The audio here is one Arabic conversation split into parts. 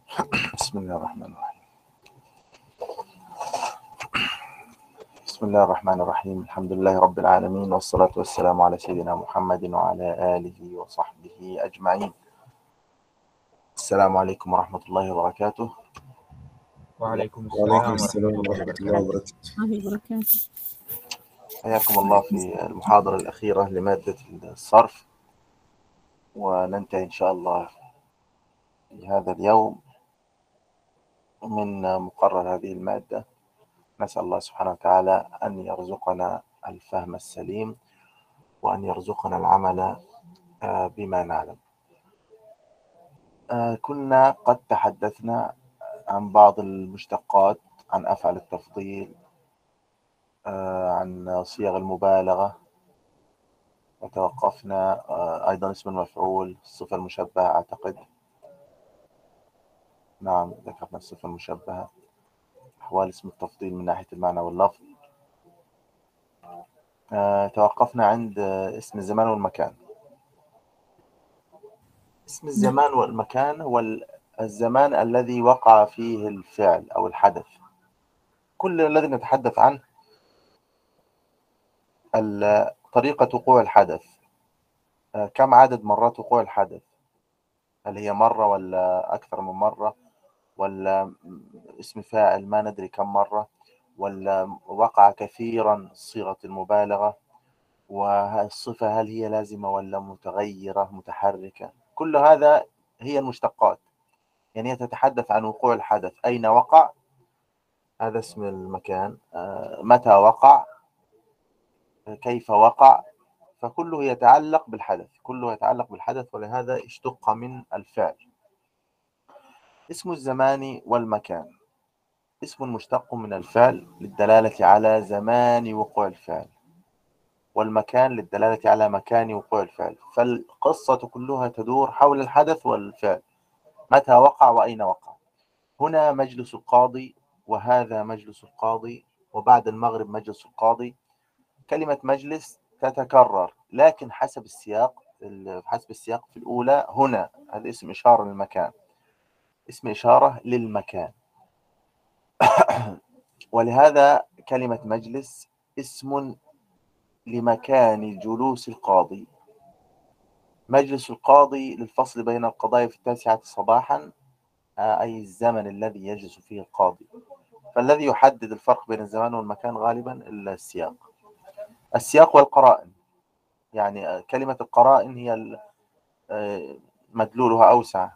بسم الله الرحمن الرحيم. بسم الله الرحمن الرحيم. الحمد لله رب العالمين، والصلاة والسلام على سيدنا محمد وعلى آله وصحبه أجمعين. السلام عليكم ورحمة الله وبركاته. وعليكم وعليكم السلام ورحمة السلام الله ورحمة الله وبركاته. وبركاته. حياكم الله في المحاضرة الأخيرة لمادة الصرف، وننتهي إن شاء الله في هذا اليوم من مقرر هذه المادة. نسأل الله سبحانه وتعالى أن يرزقنا الفهم السليم وأن يرزقنا العمل بما نعلم. كنا قد تحدثنا عن بعض المشتقات، عن أفعل التفضيل، عن صيغ المبالغة، وتوقفنا أيضا اسم المفعول، الصفة المشبهة أعتقد. نعم، ذكرنا الصفة المشبهة، أحوال اسم التفضيل من ناحية المعنى واللفظ. توقفنا عند اسم الزمان والمكان. اسم الزمان والمكان هو الزمان الذي وقع فيه الفعل أو الحدث. كل الذي نتحدث عنه طريقة وقوع الحدث، كم عدد مرات وقوع الحدث، هل هي مرة ولا أكثر من مرة، ولا اسم فاعل ما ندري كم مرة، ولا وقع كثيرا صيغة المبالغة، والصفة هل هي لازمة ولا متغيرة متحركة. كل هذا هي المشتقات، يعني هي تتحدث عن وقوع الحدث، أين وقع، هذا اسم المكان، متى وقع، كيف وقع، فكله يتعلق بالحدث، كله يتعلق بالحدث، ولهذا اشتق من الفعل. اسم الزمان والمكان اسم مشتق من الفعل للدلالة على زمان وقوع الفعل، والمكان للدلالة على مكان وقوع الفعل. فالقصة كلها تدور حول الحدث والفعل، متى وقع وأين وقع. هنا مجلس القاضي، وهذا مجلس القاضي، وبعد المغرب مجلس القاضي. كلمة مجلس تتكرر، لكن حسب السياق في الأولى هنا هذا اسم إشارة للمكان، اسم إشارة للمكان. ولهذا كلمة مجلس اسم لمكان جلوس القاضي. مجلس القاضي للفصل بين القضايا في 9 صباحا، أي الزمن الذي يجلس فيه القاضي. فالذي يحدد الفرق بين الزمان والمكان غالبا السياق والقرائن. يعني كلمة القرائن هي مدلولها أوسع.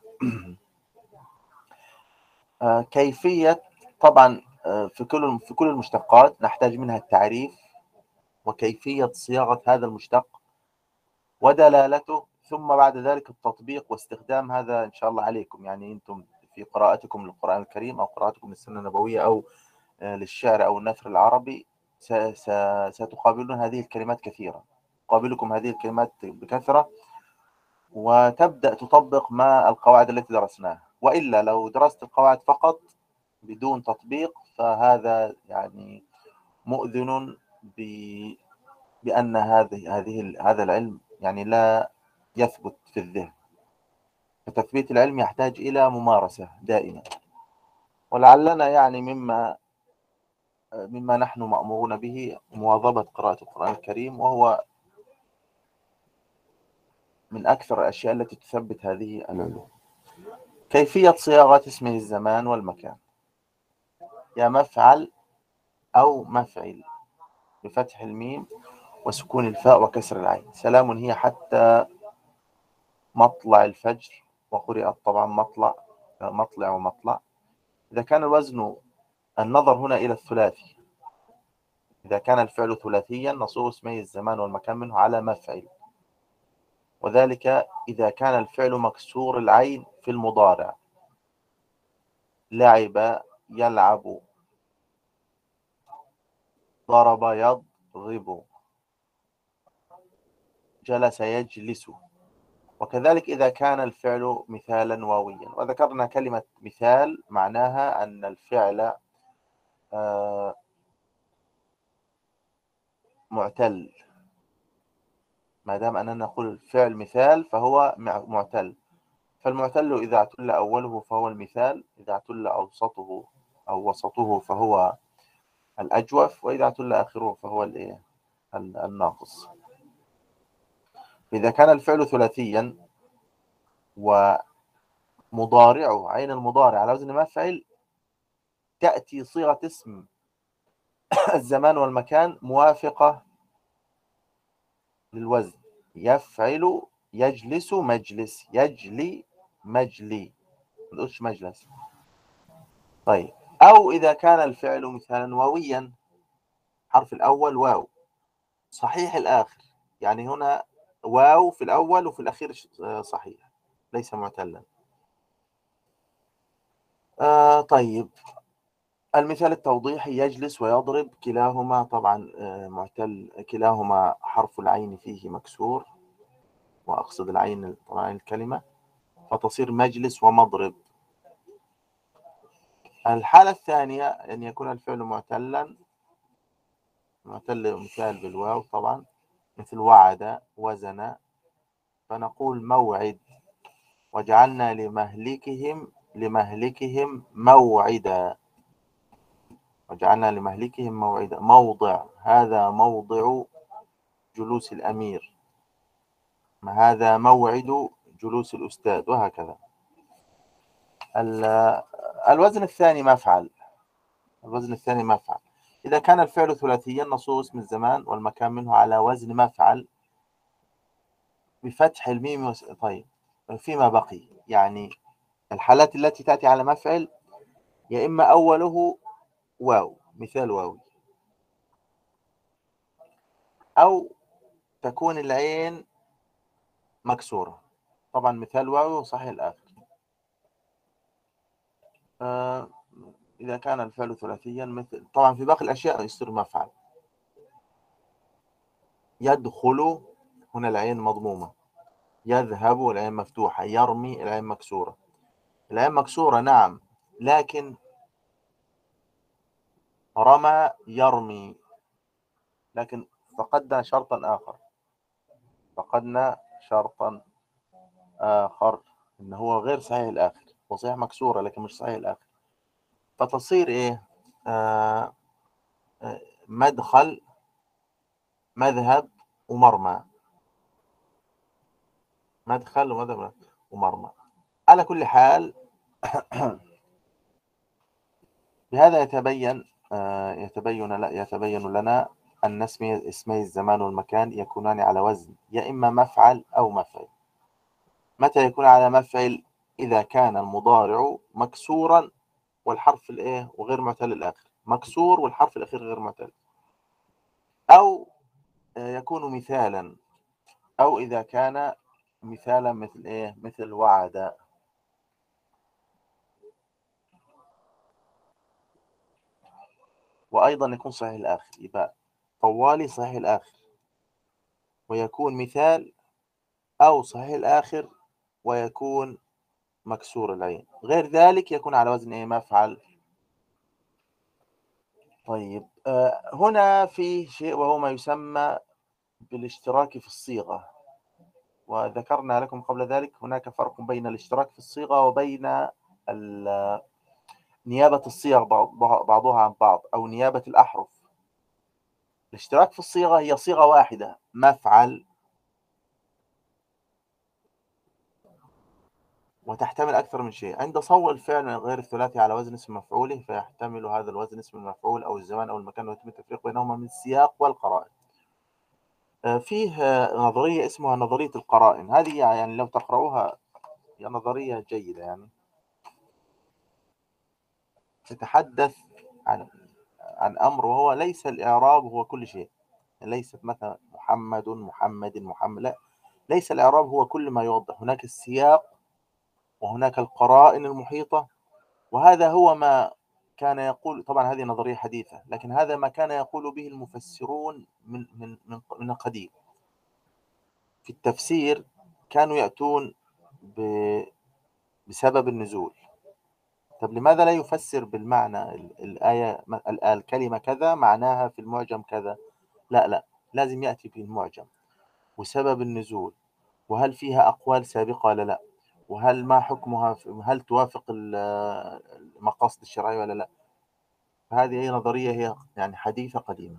كيفية، طبعا في كل المشتقات نحتاج منها التعريف وكيفية صياغة هذا المشتق ودلالته، ثم بعد ذلك التطبيق واستخدام. هذا إن شاء الله عليكم، يعني أنتم في قراءتكم للقرآن الكريم أو قراءتكم للسنة النبوية أو للشعر أو النثر العربي ستقابلون هذه الكلمات كثيرا، تقابلكم هذه الكلمات بكثرة، وتبدأ تطبق ما القواعد التي درسناها. وإلا لو درست القواعد فقط بدون تطبيق فهذا يعني مؤذن بأن هذا العلم يعني لا يثبت في الذهن. فتثبيت العلم يحتاج إلى ممارسة دائمة، ولعلنا يعني مما نحن مأمورون به مواظبة قراءة القرآن الكريم، وهو من أكثر الأشياء التي تثبت هذه العلوم. كيفية صياغة اسمه الزمان والمكان: يا مفعل أو مفعل بفتح الميم وسكون الفاء وكسر العين. سلام هي حتى مطلع الفجر، وقرئت طبعا مطلع ومطلع. إذا كان الوزن، النظر هنا إلى الثلاثي، إذا كان الفعل ثلاثيا نصوغ اسمي الزمان والمكان منه على مفعل، وذلك إذا كان الفعل مكسور العين في المضارع: لعب يلعب، ضرب يضرب، جلس يجلس. وكذلك إذا كان الفعل مثالا واويا. وذكرنا كلمة مثال معناها أن الفعل معتل. ما دام أننا نقول فعل مثال فهو معتل، فالمعتل إذا اعتل أوله فهو المثال، إذا اعتل أوسطه أو وسطه فهو الأجوف، وإذا اعتل آخره فهو الناقص. إذا كان الفعل ثلاثيا ومضارعه عين المضارع على وزن مفعل، تأتي صيغة اسم الزمان والمكان موافقة للوزن. يفعل، يجلس مجلس، يجلي مجلي، ما تقولش مجلس. طيب، أو إذا كان الفعل مثالا واويا، حرف الأول واو صحيح الآخر، يعني هنا واو في الأول وفي الأخير صحيح، ليس معتلا. طيب، المثال التوضيحي يجلس ويضرب، كلاهما طبعا معتل، كلاهما حرف العين فيه مكسور، وأقصد العين طبعا الكلمة، فتصير مجلس ومضرب. الحالة الثانية أن يكون الفعل معتلا، معتل مثال بالواو طبعا، مثل وعد، وزن، فنقول موعد، وجعلنا لمهلكهم موعدا، وجعلنا لمهلكهم موعدا. موضع، هذا موضع جلوس الأمير، هذا موعد جلوس الأستاذ، وهكذا. الوزن الثاني مفعل، الوزن الثاني مفعل. إذا كان الفعل ثلاثيا نصوغ اسم الزمان والمكان منه على وزن مفعل بفتح الميم طيب، فيما بقي يعني الحالات التي تأتي على مفعل، يا إما أوله واو مثال واوي، أو تكون العين مكسورة، طبعا مثال واو صحيح الآخر. إذا كان الفعل ثلاثيا مثل، طبعا في باقي الأشياء يصير مفعل. يدخل، هنا العين مضمومة. يذهب العين مفتوحة. يرمي العين مكسورة. العين مكسورة نعم، لكن رمى يرمي، لكن فقدنا شرطا آخر، فقدنا شرطا آخر إن هو غير صحيح الآخر، هو صحيح مكسورة لكن مش صحيح الآخر، فتصير إيه؟ مدخل، مذهب، ومرمى. مدخل ومذهب ومرمى. على كل حال بهذا يتبين لنا أن اسمي الزمان والمكان يكونان على وزن يا إما مفعل أو مفعل. متى يكون على مفعل؟ إذا كان المضارع مكسورا والحرف الإيه وغير معتل الآخر، مكسور والحرف الأخير غير معتل، أو يكون مثالا، أو إذا كان مثالا مثل إيه؟ مثل وعد. وأيضا يكون صحيح الآخر، يبقى طوالي صحيح الآخر ويكون مثال، أو صحيح الآخر ويكون مكسور العين، غير ذلك يكون على وزن إيه؟ مفعل. طيب، هنا في شيء وهو ما يسمى بالاشتراك في الصيغة، وذكرنا لكم قبل ذلك هناك فرق بين الاشتراك في الصيغة وبين نيابة الصيغ بعضها عن بعض، أو نيابة الأحرف. الاشتراك في الصيغة هي صيغة واحدة مفعل، وتحتمل أكثر من شيء. عند صور الفعل غير الثلاثي على وزن اسم مفعوله، فيحتمل هذا الوزن اسم المفعول أو الزمان أو المكان، ويتم التفريق بينهما من السياق والقرائن. فيه نظرية اسمها نظرية القرائن، هذه يعني لو تقرأوها هي نظرية جيدة، يعني تتحدث عن أمر وهو ليس الإعراب هو كل شيء. ليست مثلا محمد، لا، ليس الإعراب هو كل ما يوضح، هناك السياق وهناك القرائن المحيطة. وهذا هو ما كان يقول، طبعا هذه نظرية حديثة، لكن هذا ما كان يقول به المفسرون من القديم. في التفسير كانوا يأتون بسبب النزول. طب لماذا لا يفسر بالمعنى الآية، الكلمة كذا معناها في المعجم كذا؟ لا، لازم يأتي بالمعجم وسبب النزول، وهل فيها أقوال سابقة ولا لا، وهل ما حكمها، هل توافق المقاصد الشرعية ولا لا. هذه هي نظرية، هي يعني حديثة قديمة.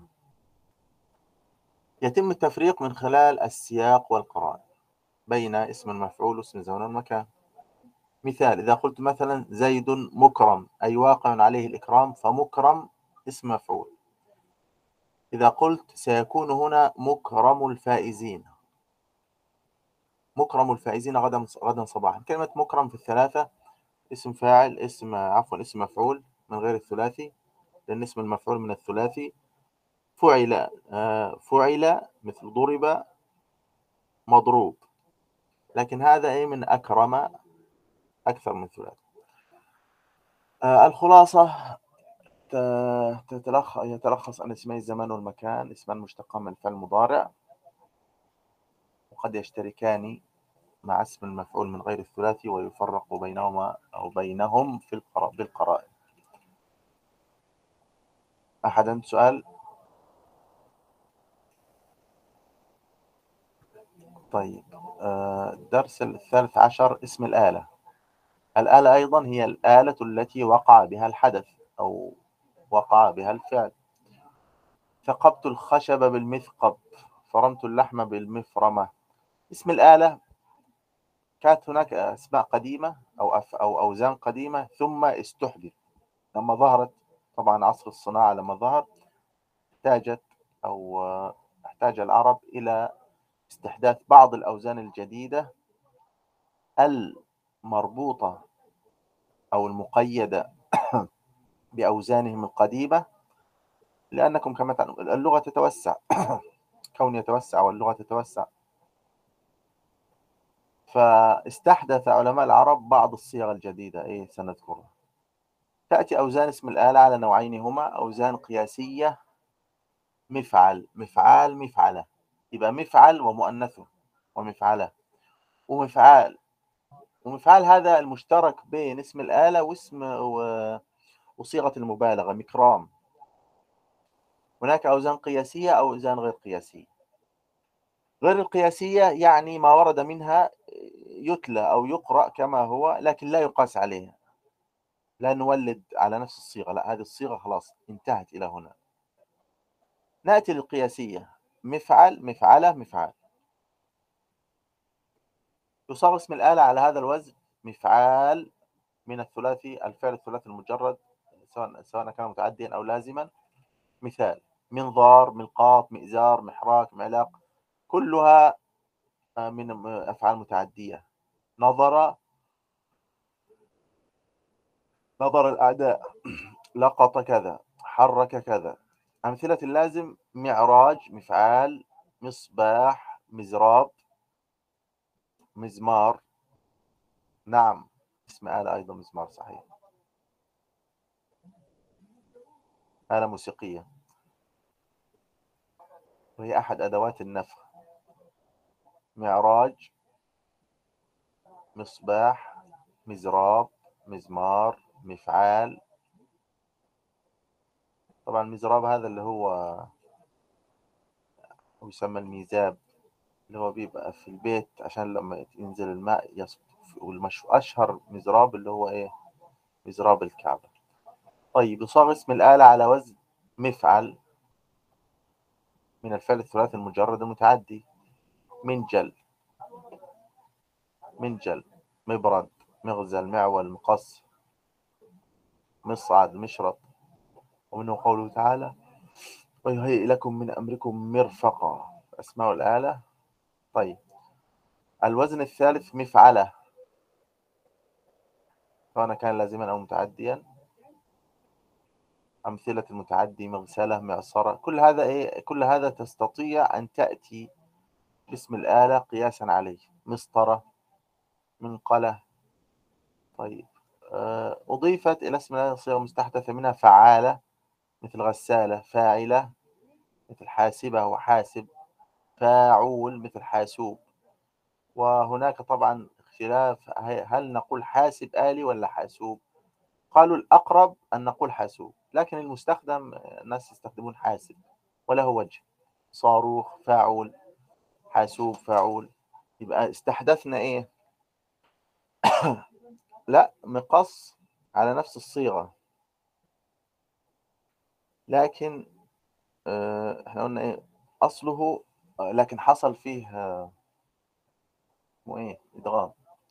يتم التفريق من خلال السياق والقرائن بين اسم المفعول واسم الزمان والمكان. مثال: إذا قلت مثلا زيد مكرم أي واقع عليه الإكرام، فمكرم اسم مفعول. إذا قلت سيكون هنا مكرم الفائزين، مكرم الفائزين غدا صباحا، كلمة مكرم في الثلاثة اسم فاعل، اسم مفعول من غير الثلاثي، لأن اسم المفعول من الثلاثي. فعل، فعل مثل ضرب، مضروب، لكن هذا من أكرم أكثر من ثلاثي. الخلاصة يتلخص أن اسمي الزمان والمكان اسمان مشتقان من الفعل المضارع، وقد يشتركان مع اسم المفعول من غير الثلاثي، ويفرق بينهما أو بينهم بالقرائن. أحد عنده سؤال؟ طيب، الدرس 13 اسم الآلة. الآلة أيضا هي الآلة التي وقع بها الحدث أو وقع بها الفعل. ثقبت الخشب بالمثقب، فرمت اللحم بالمفرمة. اسم الآلة كانت هناك أسماء قديمة أو أوزان قديمة، ثم استحدث لما ظهرت طبعا عصر الصناعة. لما ظهر احتاج العرب إلى استحداث بعض الأوزان الجديدة المربوطة أو المقيدة بأوزانهم القديمة، لأنكم كما تعلمون اللغة تتوسع كون يتوسع واللغة تتوسع، فاستحدث علماء العرب بعض الصيغ الجديدة سنذكرها. تأتي أوزان اسم الآلة على نوعين هما: أوزان قياسية، مفعل، مفعال، مفعلة. يبقى مفعل ومؤنثه، ومفعلة ومفعال. ومفعال هذا المشترك بين اسم الآلة وصيغة المبالغة مكرام. هناك أوزان قياسية أو أوزان غير قياسية. غير القياسية يعني ما ورد منها يتلى أو يقرأ كما هو، لكن لا يقاس عليها، لا نولد على نفس الصيغة، لا، هذه الصيغة خلاص انتهت إلى هنا. نأتي للقياسية: مفعل، مفعلة، مفعال. يصاغ اسم الآلة على هذا الوزن مفعال من الثلاثي، الفعل الثلاثي المجرد، سواء كان متعديا أو لازما. مثال: منظار، ملقاط، مئزار، محراك، معلاق، كلها من أفعال متعدية. نظر، نظر الأعداء، لقط كذا، حرك كذا. أمثلة اللازم: معراج مفعال، مصباح، مزراب، مزمار. نعم، اسم آلة أيضا مزمار، صحيح، آلة موسيقية، وهي أحد أدوات النفخ. معراج، مصباح، مزراب، مزمار، مفعال. طبعا المزراب هذا اللي هو يسمى الميزاب، اللي هو بيبقى في البيت عشان لما ينزل الماء يصب. أشهر مزراب اللي هو مزراب الكعبة. طيب، يصاغ اسم الآلة على وزن مفعل من الفعل الثلاثي المجرد المتعدي: منجل، منجل، مبرد، مغزل، معول، مقص، مصعد، مشرط. ومنه قوله تعالى: ويهيئ لكم من أمركم مرفقا. أسماء الآلة. طيب، الوزن الثالث مفعلة، سواء كان لازما أو متعديا. أمثلة المتعدي: مغسلة، معصرة. كل هذا تستطيع أن تأتي باسم الآلة قياسا عليه: مسطرة، منقلة. طيب، أضيفت إلى اسم الآلة صيغة مستحدثة منها فعالة مثل غسالة، فاعلة مثل حاسبة وحاسب، فاعول مثل حاسوب. وهناك طبعا اختلاف، هل نقول حاسب آلي ولا حاسوب؟ قالوا الأقرب أن نقول حاسوب، لكن المستخدم الناس يستخدمون حاسب، وله وجه: صاروخ، فاعول، حاسوب، فاعول. يبقى استحدثنا لا، مقص على نفس الصيغة، لكن احنا قلنا ايه اصله، لكن حصل فيه اسمه ايه ادغام،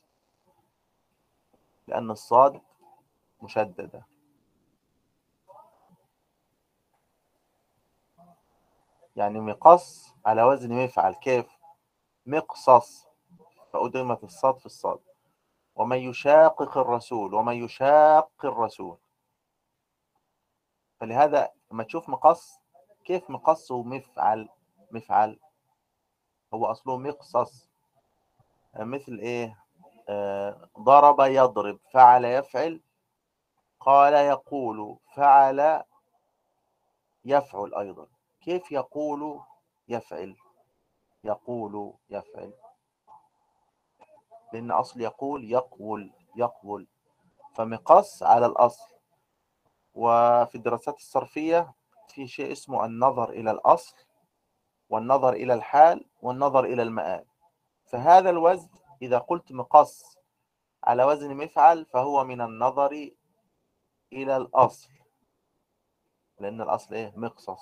لان الصاد مشددة. يعني مقص على وزن مفعل. كيف؟ مقصص، فأدغمت الصاد في الصاد. ومن يشاقق الرسول، ومن يشاق الرسول. فلهذا لما تشوف مقص، كيف مقص ومفعل؟ مفعل هو أصله مقصص. مثل إيه؟ ضرب يضرب، فعل يفعل، قال يقول، فعل يفعل أيضا. كيف يقول يفعل؟ يقول يفعل، لأن أصل يقول يقول يقول، فمقص على الأصل. وفي الدراسات الصرفية في شيء اسمه النظر إلى الأصل، والنظر إلى الحال، والنظر إلى المآل. فهذا الوزن إذا قلت مقص على وزن مفعل فهو من النظر إلى الأصل، لأن الأصل إيه؟ مقصص.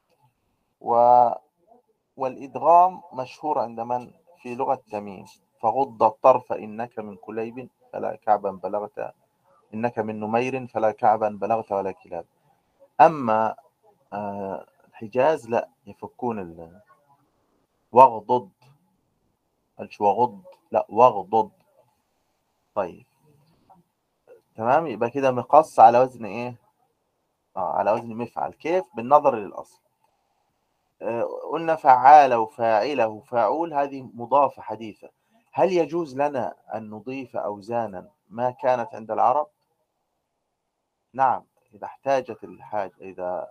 والإدغام مشهور عند من في لغة تميم. فغض الطرف إنك من كليب فلا كعبا بلغت، إنك من نمير فلا كعبا بلغت ولا كلاب. أما الحجاز لا، يفكون واغضض، قالش وغض، لا واغضض. طيب تمام، يبقى كده مقص على وزن ايه؟ على وزن مفعل. كيف؟ بالنظر للأصل. قلنا فعال وفاعله وفاعول، هذه مضافة حديثة. هل يجوز لنا أن نضيف أوزانا ما كانت عند العرب؟ نعم، إذا احتاجت الحاجة. إذا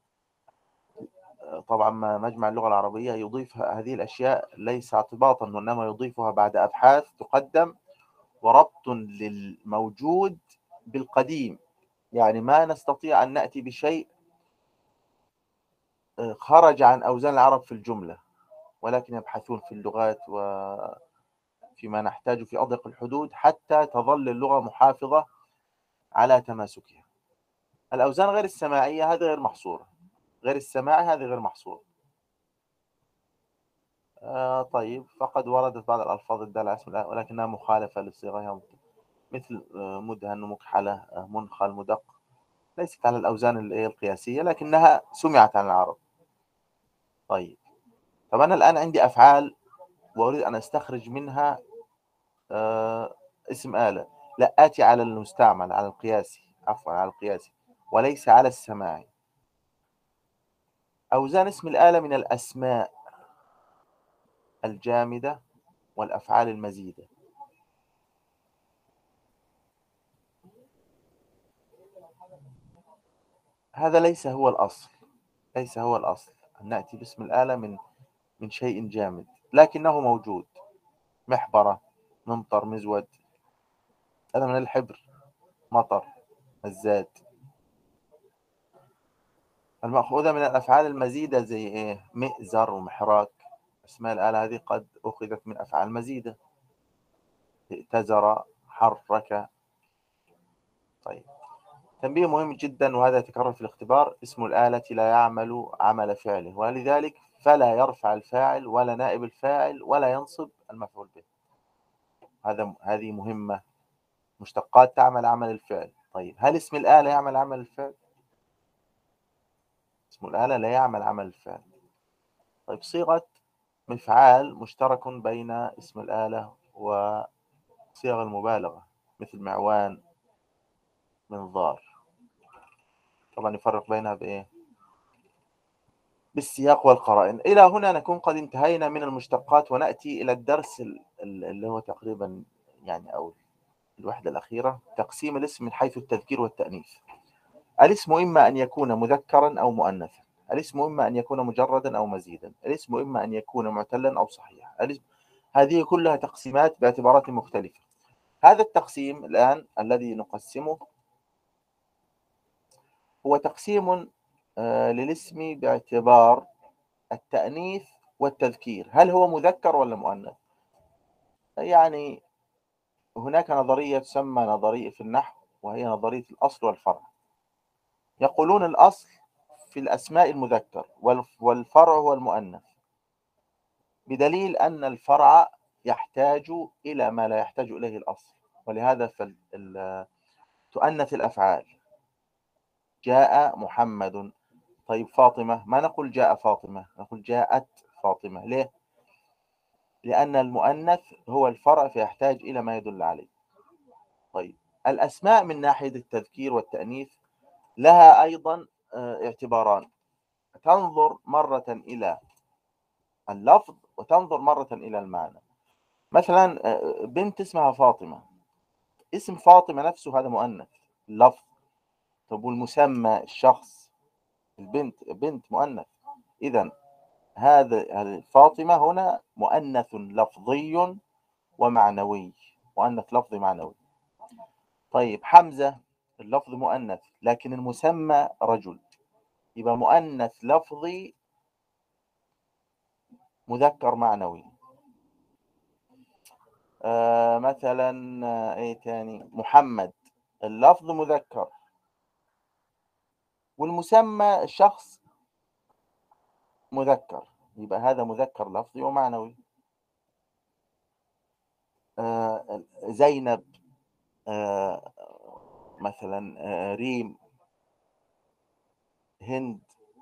طبعا ما مجمع اللغة العربية يضيف هذه الأشياء ليس اعتباطا، وإنما يضيفها بعد أبحاث تقدم وربط للموجود بالقديم. يعني ما نستطيع أن نأتي بشيء خرج عن أوزان العرب في الجملة، ولكن يبحثون في اللغات وفيما نحتاج في أضيق الحدود حتى تظل اللغة محافظة على تماسكها. الأوزان غير السماعية هذه غير محصورة، غير السماعي هذه غير محصورة. طيب، فقد وردت بعض الألفاظ الدالة على اسم الله ولكنها مخالفة لصيغها، مثل مدهن، مكحلة، منخل، مدق. ليست على الأوزان القياسية، لكنها سمعت عن العرب. طيب، طب أنا الآن عندي أفعال وأريد أن أستخرج منها اسم آلة. لا، آتي على المستعمل، على القياسي، عفوا على القياسي، وليس على السماعي. أوزان اسم الآلة من الأسماء الجامدة والأفعال المزيدة. هذا ليس هو الأصل، ليس هو الأصل أن نأتي باسم الآلة من شيء جامد، لكنه موجود. محبرة، ممطر، مزود، هذا من الحبر. مطر، مزاد. المأخوذة من الأفعال المزيدة زي إيه؟ مئزر ومحراك. أسماء الآلة هذه قد أخذت من أفعال مزيدة. ائتزر، حرك. طيب، تنبيه مهم جدا وهذا يتكرر في الاختبار: اسم الآلة لا يعمل عمل فعله، ولذلك فلا يرفع الفاعل ولا نائب الفاعل ولا ينصب المفعول به. هذه مهمة. مشتقات تعمل عمل الفعل. طيب، هل اسم الآلة يعمل عمل الفعل؟ اسم الآلة لا يعمل عمل الفعل. طيب، صيغة مفعال مشترك بين اسم الآلة وصيغ المبالغة، مثل معوان، منظار. طبعا يفرق بينها بإيه؟ بالسياق والقرائن. إلى هنا نكون قد انتهينا من المشتقات، ونأتي إلى الدرس اللي هو تقريبا يعني أو الوحدة الأخيرة: تقسيم الاسم من حيث التذكير والتأنيث. الاسم إما أن يكون مذكرا أو مؤنثا. الاسم إما أن يكون مجردا أو مزيدا. الاسم إما أن يكون معتلا أو صحيحا. هذه كلها تقسيمات باعتبارات مختلفة. هذا التقسيم الآن الذي نقسمه هو تقسيم للاسم باعتبار التأنيث والتذكير. هل هو مذكر ولا مؤنث؟ يعني هناك نظرية تسمى نظرية في النحو، وهي نظرية الأصل والفرع. يقولون الأصل في الأسماء المذكر، والفرع هو المؤنث، بدليل أن الفرع يحتاج إلى ما لا يحتاج إليه الأصل، ولهذا تؤنث الأفعال. جاء محمد. طيب فاطمة، ما نقول جاء فاطمة، نقول جاءت فاطمة. ليه؟ لأن المؤنث هو الفرع فيحتاج إلى ما يدل عليه. طيب الأسماء من ناحية التذكير والتأنيث لها أيضا اعتباران. تنظر مرة إلى اللفظ وتنظر مرة إلى المعنى. مثلا بنت اسمها فاطمة، اسم فاطمة نفسه هذا مؤنث لفظ. طب والمسمى الشخص، البنت، بنت مؤنث. إذا هذا فاطمة هنا مؤنث لفظي ومعنوي، مؤنث لفظي معنوي. طيب حمزة اللفظ مؤنث لكن المسمى رجل، يبقى مؤنث لفظي مذكر معنوي. مثلا ايه تاني، محمد اللفظ مذكر والمسمى الشخص مذكر، يبقى هذا مذكر لفظي ومعنوي. زينب، آه مثلا ريم، هند،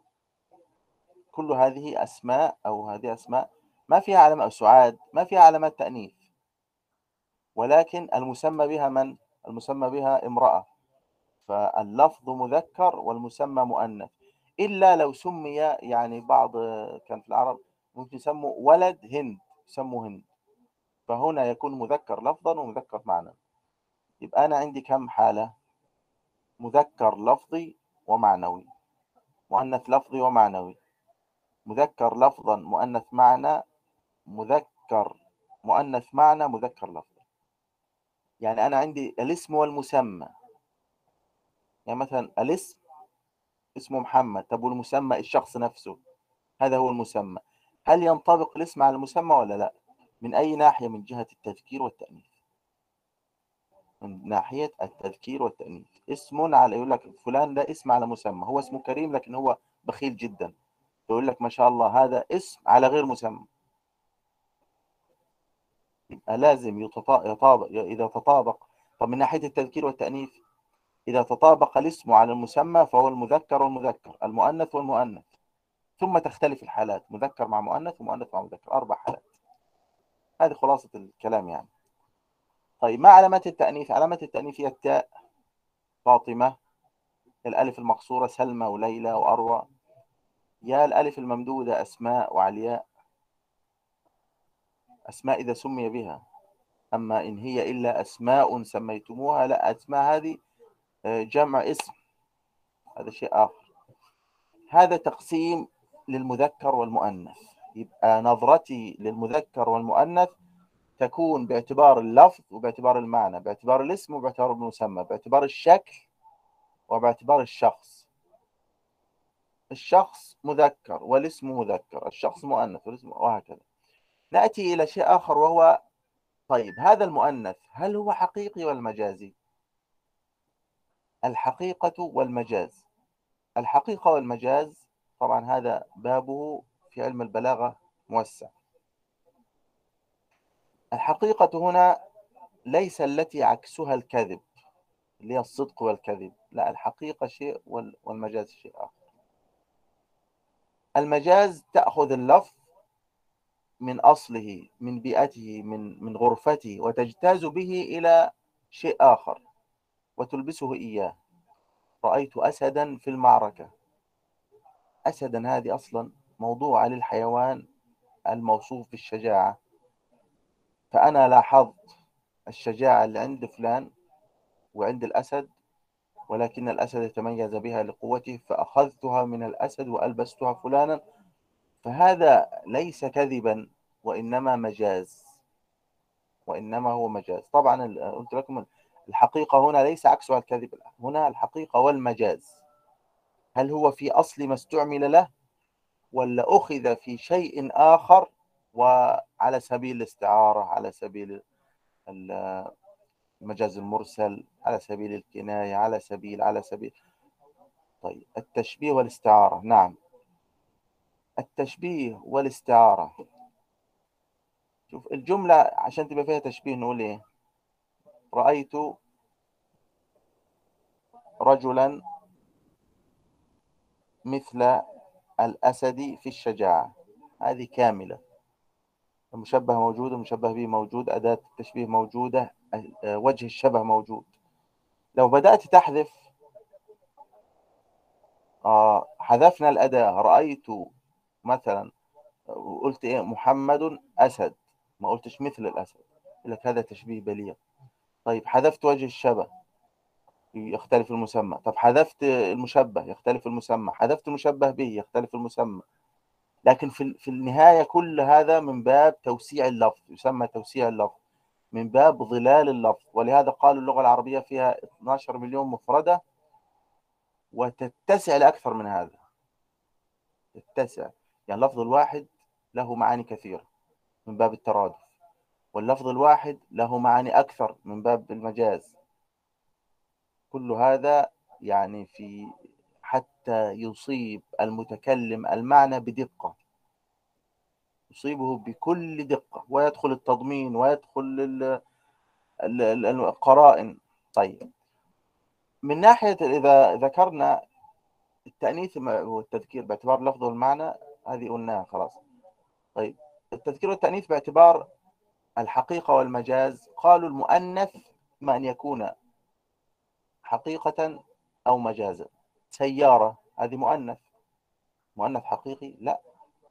كل هذه أسماء، أو هذه أسماء ما فيها علامة، سعاد ما فيها علامات تأنيث، ولكن المسمى بها من؟ المسمى بها امرأة، فاللفظ مذكر والمسمى مؤنث. إلا لو سمي، يعني بعض كان في العرب ممكن يسموا ولد هند، يسموا هند، فهنا يكون مذكر لفظا ومذكر معنى. يبقى أنا عندي كم حالة؟ مذكر لفظي ومعنوي، مؤنث لفظي ومعنوي، مذكر لفظا مؤنث معنى، مذكر مؤنث معنى، مذكر لفظي. يعني أنا عندي الاسم والمسمى. يعني مثلا الاسم اسمه محمد، طب والمسمى الشخص نفسه، هذا هو المسمى. هل ينطبق الاسم على المسمى ولا لا؟ من أي ناحية؟ من جهة التذكير والتأنيث. من ناحية التذكير والتأنيث، اسم على، يقول لك فلان ده اسم على مسمى، هو اسمه كريم لكن هو بخيل جدا، يقول لك ما شاء الله هذا اسم على غير مسمى. يبقى لازم يطابق، إذا تطابق. طب من ناحية التذكير والتأنيث، إذا تطابق الاسم على المسمى فهو المذكر والمذكر، المؤنث والمؤنث. ثم تختلف الحالات، مذكر مع مؤنث ومؤنث مع مذكر، 4 حالات. هذه خلاصة الكلام يعني. طيب ما علامات التأنيث؟ علامة التأنيث هي التاء فاطمة، الألف المقصورة سلمى وليلى وأروى، يا الألف الممدودة أسماء وعلياء. أسماء إذا سمي بها، أما إن هي إلا أسماء سميتموها، لا، أسماء هذه جمع اسم، هذا شيء آخر. هذا تقسيم للمذكر والمؤنث. يبقى نظرتي للمذكر والمؤنث تكون باعتبار اللفظ وباعتبار المعنى، باعتبار الاسم وباعتبار المسمى، باعتبار الشكل وباعتبار الشخص. الشخص مذكر والاسم مذكر، الشخص مؤنث والاسم، وهكذا. نأتي إلى شيء آخر وهو، طيب هذا المؤنث هل هو حقيقي ولا مجازي؟ الحقيقة والمجاز. الحقيقة والمجاز طبعا هذا بابه في علم البلاغة موسع. الحقيقة هنا ليس التي عكسها الكذب، اللي هي الصدق والكذب، لا، الحقيقة شيء والمجاز شيء آخر. المجاز تأخذ اللفظ من أصله، من بيئته، من غرفته، وتجتاز به إلى شيء آخر وتلبسه إياه. رأيت أسدا في المعركة. أسدا هذه أصلا موضوع للحيوان الموصوف بالشجاعة، فأنا لاحظت الشجاعة اللي عند فلان وعند الأسد، ولكن الأسد تميز بها لقوته، فأخذتها من الأسد وألبستها فلانا. فهذا ليس كذبا، وإنما مجاز، وإنما هو مجاز. طبعا قلت لكم الحقيقة هنا ليس عكسها الكذب، هنا الحقيقة والمجاز. هل هو في أصل ما استعمل له، ولا أخذ في شيء آخر وعلى سبيل الاستعارة، على سبيل المجاز المرسل، على سبيل الكناية، على سبيل. طيب التشبيه والاستعارة. نعم، التشبيه والاستعارة. شوف الجملة عشان تبقى فيها تشبيه نقول ايه؟ رأيت رجلا مثل الأسد في الشجاعة. هذه كاملة، المشبه موجود، المشبه به موجود، أداة التشبيه موجودة، وجه الشبه موجود. لو بدأت تحذف، حذفنا الأداة. رأيت مثلا، وقلت إيه؟ محمد أسد، ما قلتش مثل الأسد، يقول لك هذا تشبيه بليغ. طيب حذفت وجه الشبه، يختلف المسمى. طب حذفت المشبه، يختلف المسمى. حذفت المشبه به، يختلف المسمى. لكن في النهاية كل هذا من باب توسيع اللفظ، يسمى توسيع اللفظ، من باب ظلال اللفظ. ولهذا قالوا اللغة العربية فيها 12 مليون مفردة، وتتسع لأكثر من هذا. تتسع، يعني اللفظ الواحد له معاني كثيرة من باب الترادف، واللفظ الواحد له معاني أكثر من باب المجاز. كل هذا يعني حتى يصيب المتكلم المعنى بدقة، يصيبه بكل دقة، ويدخل التضمين، ويدخل القرائن. طيب من ناحية إذا ذكرنا التأنيث والتذكير باعتبار اللفظ والمعنى، هذه قلناها خلاص. طيب التذكير والتأنيث باعتبار الحقيقة والمجاز، قالوا المؤنث ما أن يكون حقيقة أو مجازا. سيارة هذه مؤنث، مؤنث حقيقي؟ لا.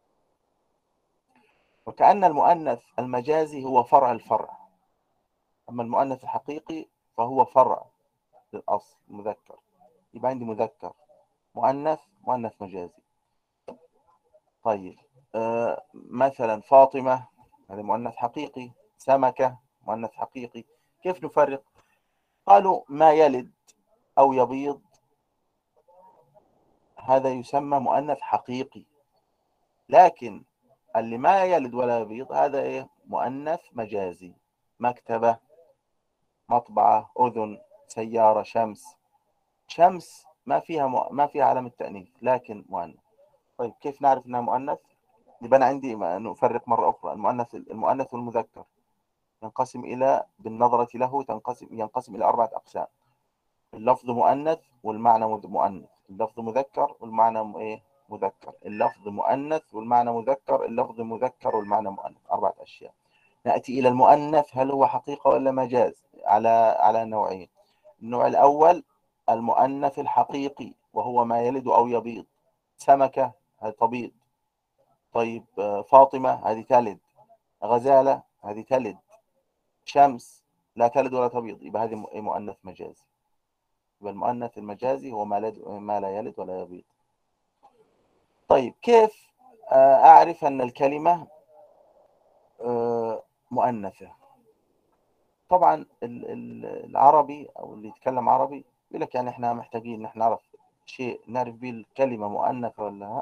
وكأن المؤنث المجازي هو فرع الفرع، أما المؤنث الحقيقي فهو فرع للأصل مذكر. يبقى عندي مذكر، مؤنث، مؤنث مجازي. طيب مثلا فاطمة هذا مؤنث حقيقي، سمكة مؤنث حقيقي. كيف نفرق؟ قالوا ما يلد أو يبيض هذا يسمى مؤنث حقيقي، لكن اللي ما يلد ولا يبيض هذا إيه؟ مؤنث مجازي. مكتبة، مطبعة، أذن، سيارة، شمس. شمس ما فيها علامة تأنيث لكن مؤنث. طيب كيف نعرف انها مؤنث؟ يبقى انا عندي نفرق مرة اخرى المؤنث والمذكر ينقسم الى بالنظرة له ينقسم الى 4 اقسام. اللفظ مؤنث والمعنى مؤنث، اللفظ مذكر والمعنى ايه؟ مذكر. اللفظ مؤنث والمعنى مذكر، اللفظ مذكر والمعنى مؤنث. 4 اشياء. نأتي الى المؤنث، هل هو حقيقة ولا مجاز؟ على نوعين. النوع الاول المؤنث الحقيقي، وهو ما يلد او يبيض. سمكة هذه تبيض. طيب فاطمة هذه تلد. غزالة هذه تلد. شمس لا تلد ولا تبيض. يبقى هذه مؤنث مجازي. يبقى المؤنث المجازي هو ما لا يلد ولا يبيض. طيب كيف أعرف أن الكلمة مؤنثة؟ طبعا العربي أو اللي يتكلم عربي يقول لك يعني احنا محتاجين نحن نعرف شيء نعرف به الكلمة مؤنثة ولا لا.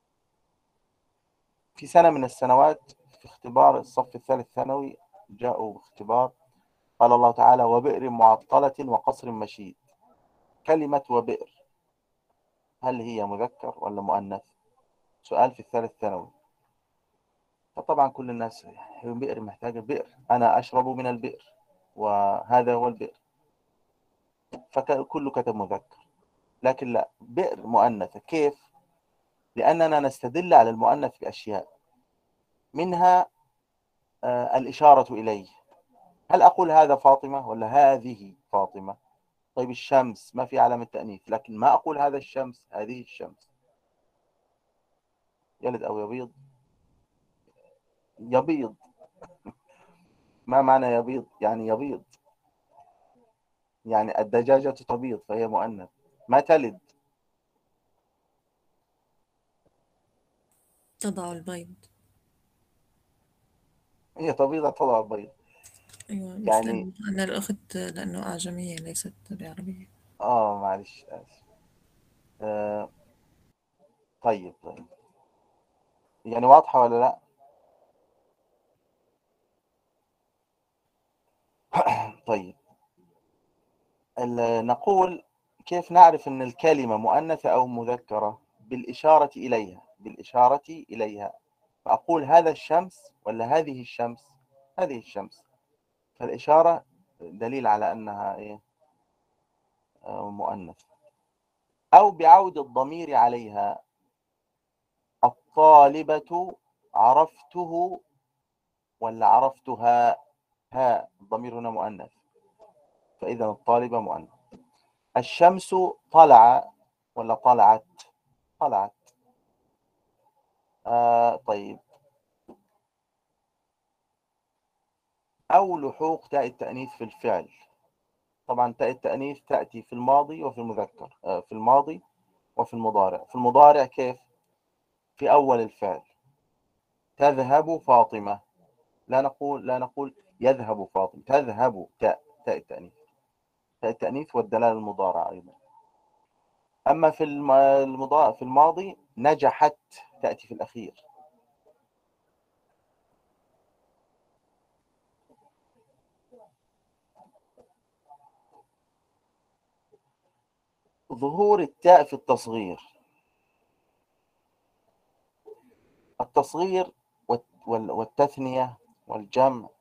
في سنة من السنوات في اختبار الصف الثالث ثانوي جاءوا باختبار، قال الله تعالى وبئر معطلة وقصر مشيد. كلمة وبئر هل هي مذكر ولا مؤنث؟ سؤال في الثالث ثانوي. فطبعا كل الناس بئر محتاجة بئر، أنا أشرب من البئر وهذا هو البئر، فكله كتب مذكر. لكن لا، بئر مؤنثة. كيف؟ لأننا نستدل على المؤنث بأشياء، منها الإشارة إليه. هل أقول هذا فاطمة ولا هذه فاطمة؟ طيب الشمس ما في علامة تأنيث، لكن ما أقول هذا الشمس، هذه الشمس. يلد أو يبيض؟ يبيض. ما معنى يبيض؟ يعني يبيض، يعني الدجاجة تبيض فهي مؤنث. ما تلد. تضع البيض. هي تبيض تضع البيض. أيوة يعني مثل أن الأخت لأنه أعجمية ليست بعربية. معلش آسف. آه طيب يعني واضحة ولا لا؟ طيب نقول كيف نعرف أن الكلمة مؤنثة أو مذكرة؟ بالإشارة إليها، بالإشارة إليها. فأقول هذا الشمس ولا هذه الشمس؟ هذه الشمس. فالإشارة دليل على أنها إيه؟ مؤنث. أو بعود الضمير عليها. الطالبة عرفته ولا عرفتها؟ ها، الضمير هنا مؤنث، فإذا الطالبة مؤنث. الشمس طلع ولا طلعت؟ طلعت. طيب. أو لحوق تاء التأنيث في الفعل. طبعا تاء التأنيث تأتي في الماضي وفي المذكر، في الماضي وفي المضارع. في المضارع كيف؟ في أول الفعل. تذهب فاطمة. لا نقول يذهب فاطمة، تذهب. تاء التأنيث. تاء التأنيث والدلالة المضارعة أيضا. أما في في الماضي نجحت تأتي في الأخير. ظهور التاء في التصغير. التصغير والتثنية والجمع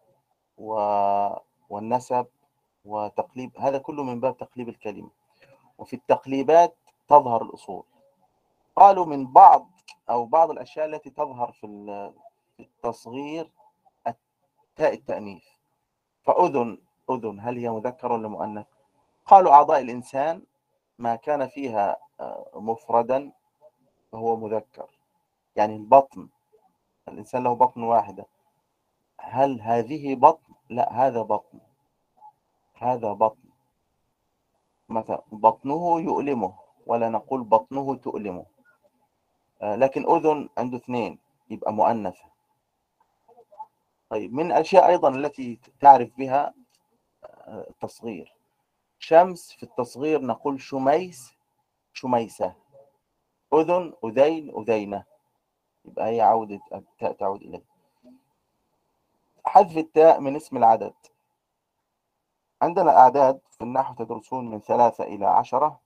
والنسب وتقليب، هذا كله من باب تقليب الكلمة. وفي التقليبات تظهر الأصول. قالوا من بعض الأشياء التي تظهر في التصغير تاء التأنيث. فأذن هل هي مذكر ولا مؤنث؟ قالوا أعضاء الإنسان ما كان فيها مفردا فهو مذكر. يعني البطن، الإنسان له بطن واحدة، هل هذه بطن؟ لا، هذا بطن. هذا بطن. مثلا بطنه يؤلمه، ولا نقول بطنه تؤلمه. لكن أذن عنده اثنين يبقى مؤنثة. طيب، من الأشياء أيضا التي تعرف بها التصغير. شمس في التصغير نقول شميس، شميسة. أذن، أذين، أذينة. يبقى هي عودة التاء تعود إليه. حذف التاء من اسم العدد. عندنا أعداد في النحو تدرسون من 3 إلى 10.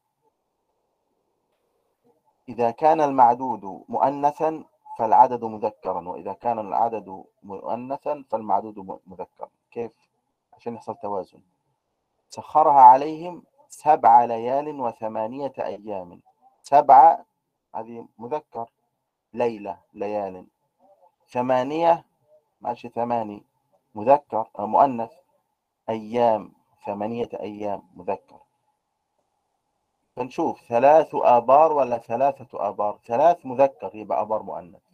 إذا كان المعدود مؤنثا فالعدد مذكرا، وإذا كان العدد مؤنثا فالمعدود مذكرا. كيف؟ عشان يحصل توازن. سخرها عليهم 7 ليال و8 أيام. 7 هذه مذكر، ليلة، ليال. 8 ماشي، 8 مذكر مؤنث. أيام، 8 أيام مذكر. فنشوف 3 آبار ولا 3 آبار. 3 مذكر يبقى آبار مؤنث.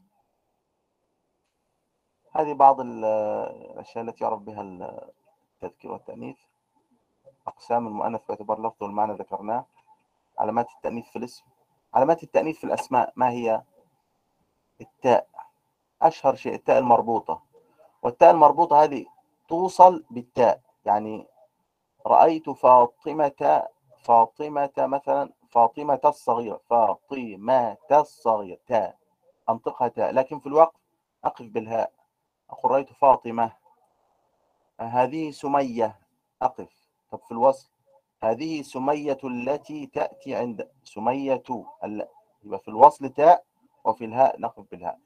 هذه بعض الأشياء التي يعرف بها التذكير والتأنيث. أقسام المؤنث باعتبار لفظه والمعنى ذكرناه. علامات التأنيث في الاسم. علامات التأنيث في الأسماء ما هي؟ التاء، أشهر شيء التاء المربوطة. والتاء المربوطة هذه توصل بالتاء. يعني رأيت فاطمة، فاطمة مثلا، فاطمة الصغيرة، فاطمة الصغيرة، تاء، أنطقها تاء. لكن في الوقف أقف بالهاء، أقول رأيت فاطمة. هذه سمية، أقف. طب في الوصل هذه سمية التي تأتي عند سمية، يبقى في الوصل تاء وفي الهاء نقف بالهاء.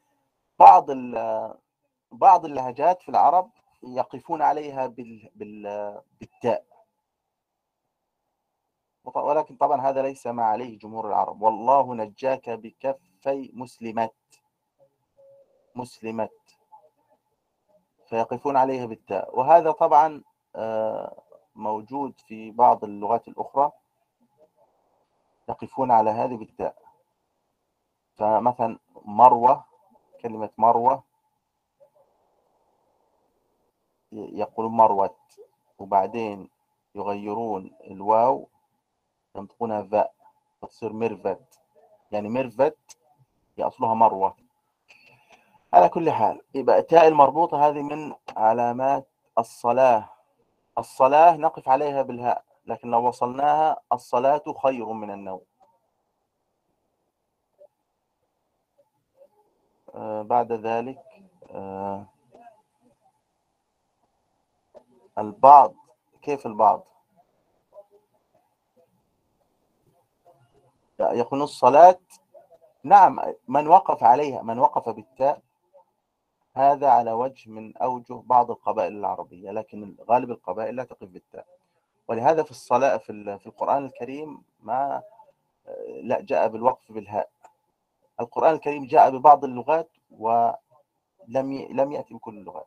بعض اللهجات في العرب يقفون عليها بالتاء، ولكن طبعا هذا ليس ما عليه جمهور العرب. والله نجاك بكفي مسلمات، مسلمات، فيقفون عليها بالتاء. وهذا طبعا موجود في بعض اللغات الأخرى، يقفون على هذه بالتاء. فمثلا مروة، كلمة مروة يقولون مروة، وبعدين يغيرون الواو ينطقونها فاء فتصير مرفت. يعني مرفت هي أصلها مروة. على كل حال، يبقى التاء المربوطة هذه من علامات الصلاة. الصلاة نقف عليها بالهاء، لكن لو وصلناها الصلاة خير من النوم. بعد ذلك البعض. كيف البعض؟ يقولون الصلاة، نعم، من وقف عليها، من وقف بالتاء، هذا على وجه من أوجه بعض القبائل العربية، لكن غالب القبائل لا تقف بالتاء. ولهذا في الصلاة في القرآن الكريم ما لا جاء بالوقف بالهاء. القرآن الكريم جاء ببعض اللغات ولم يأتي بكل اللغات.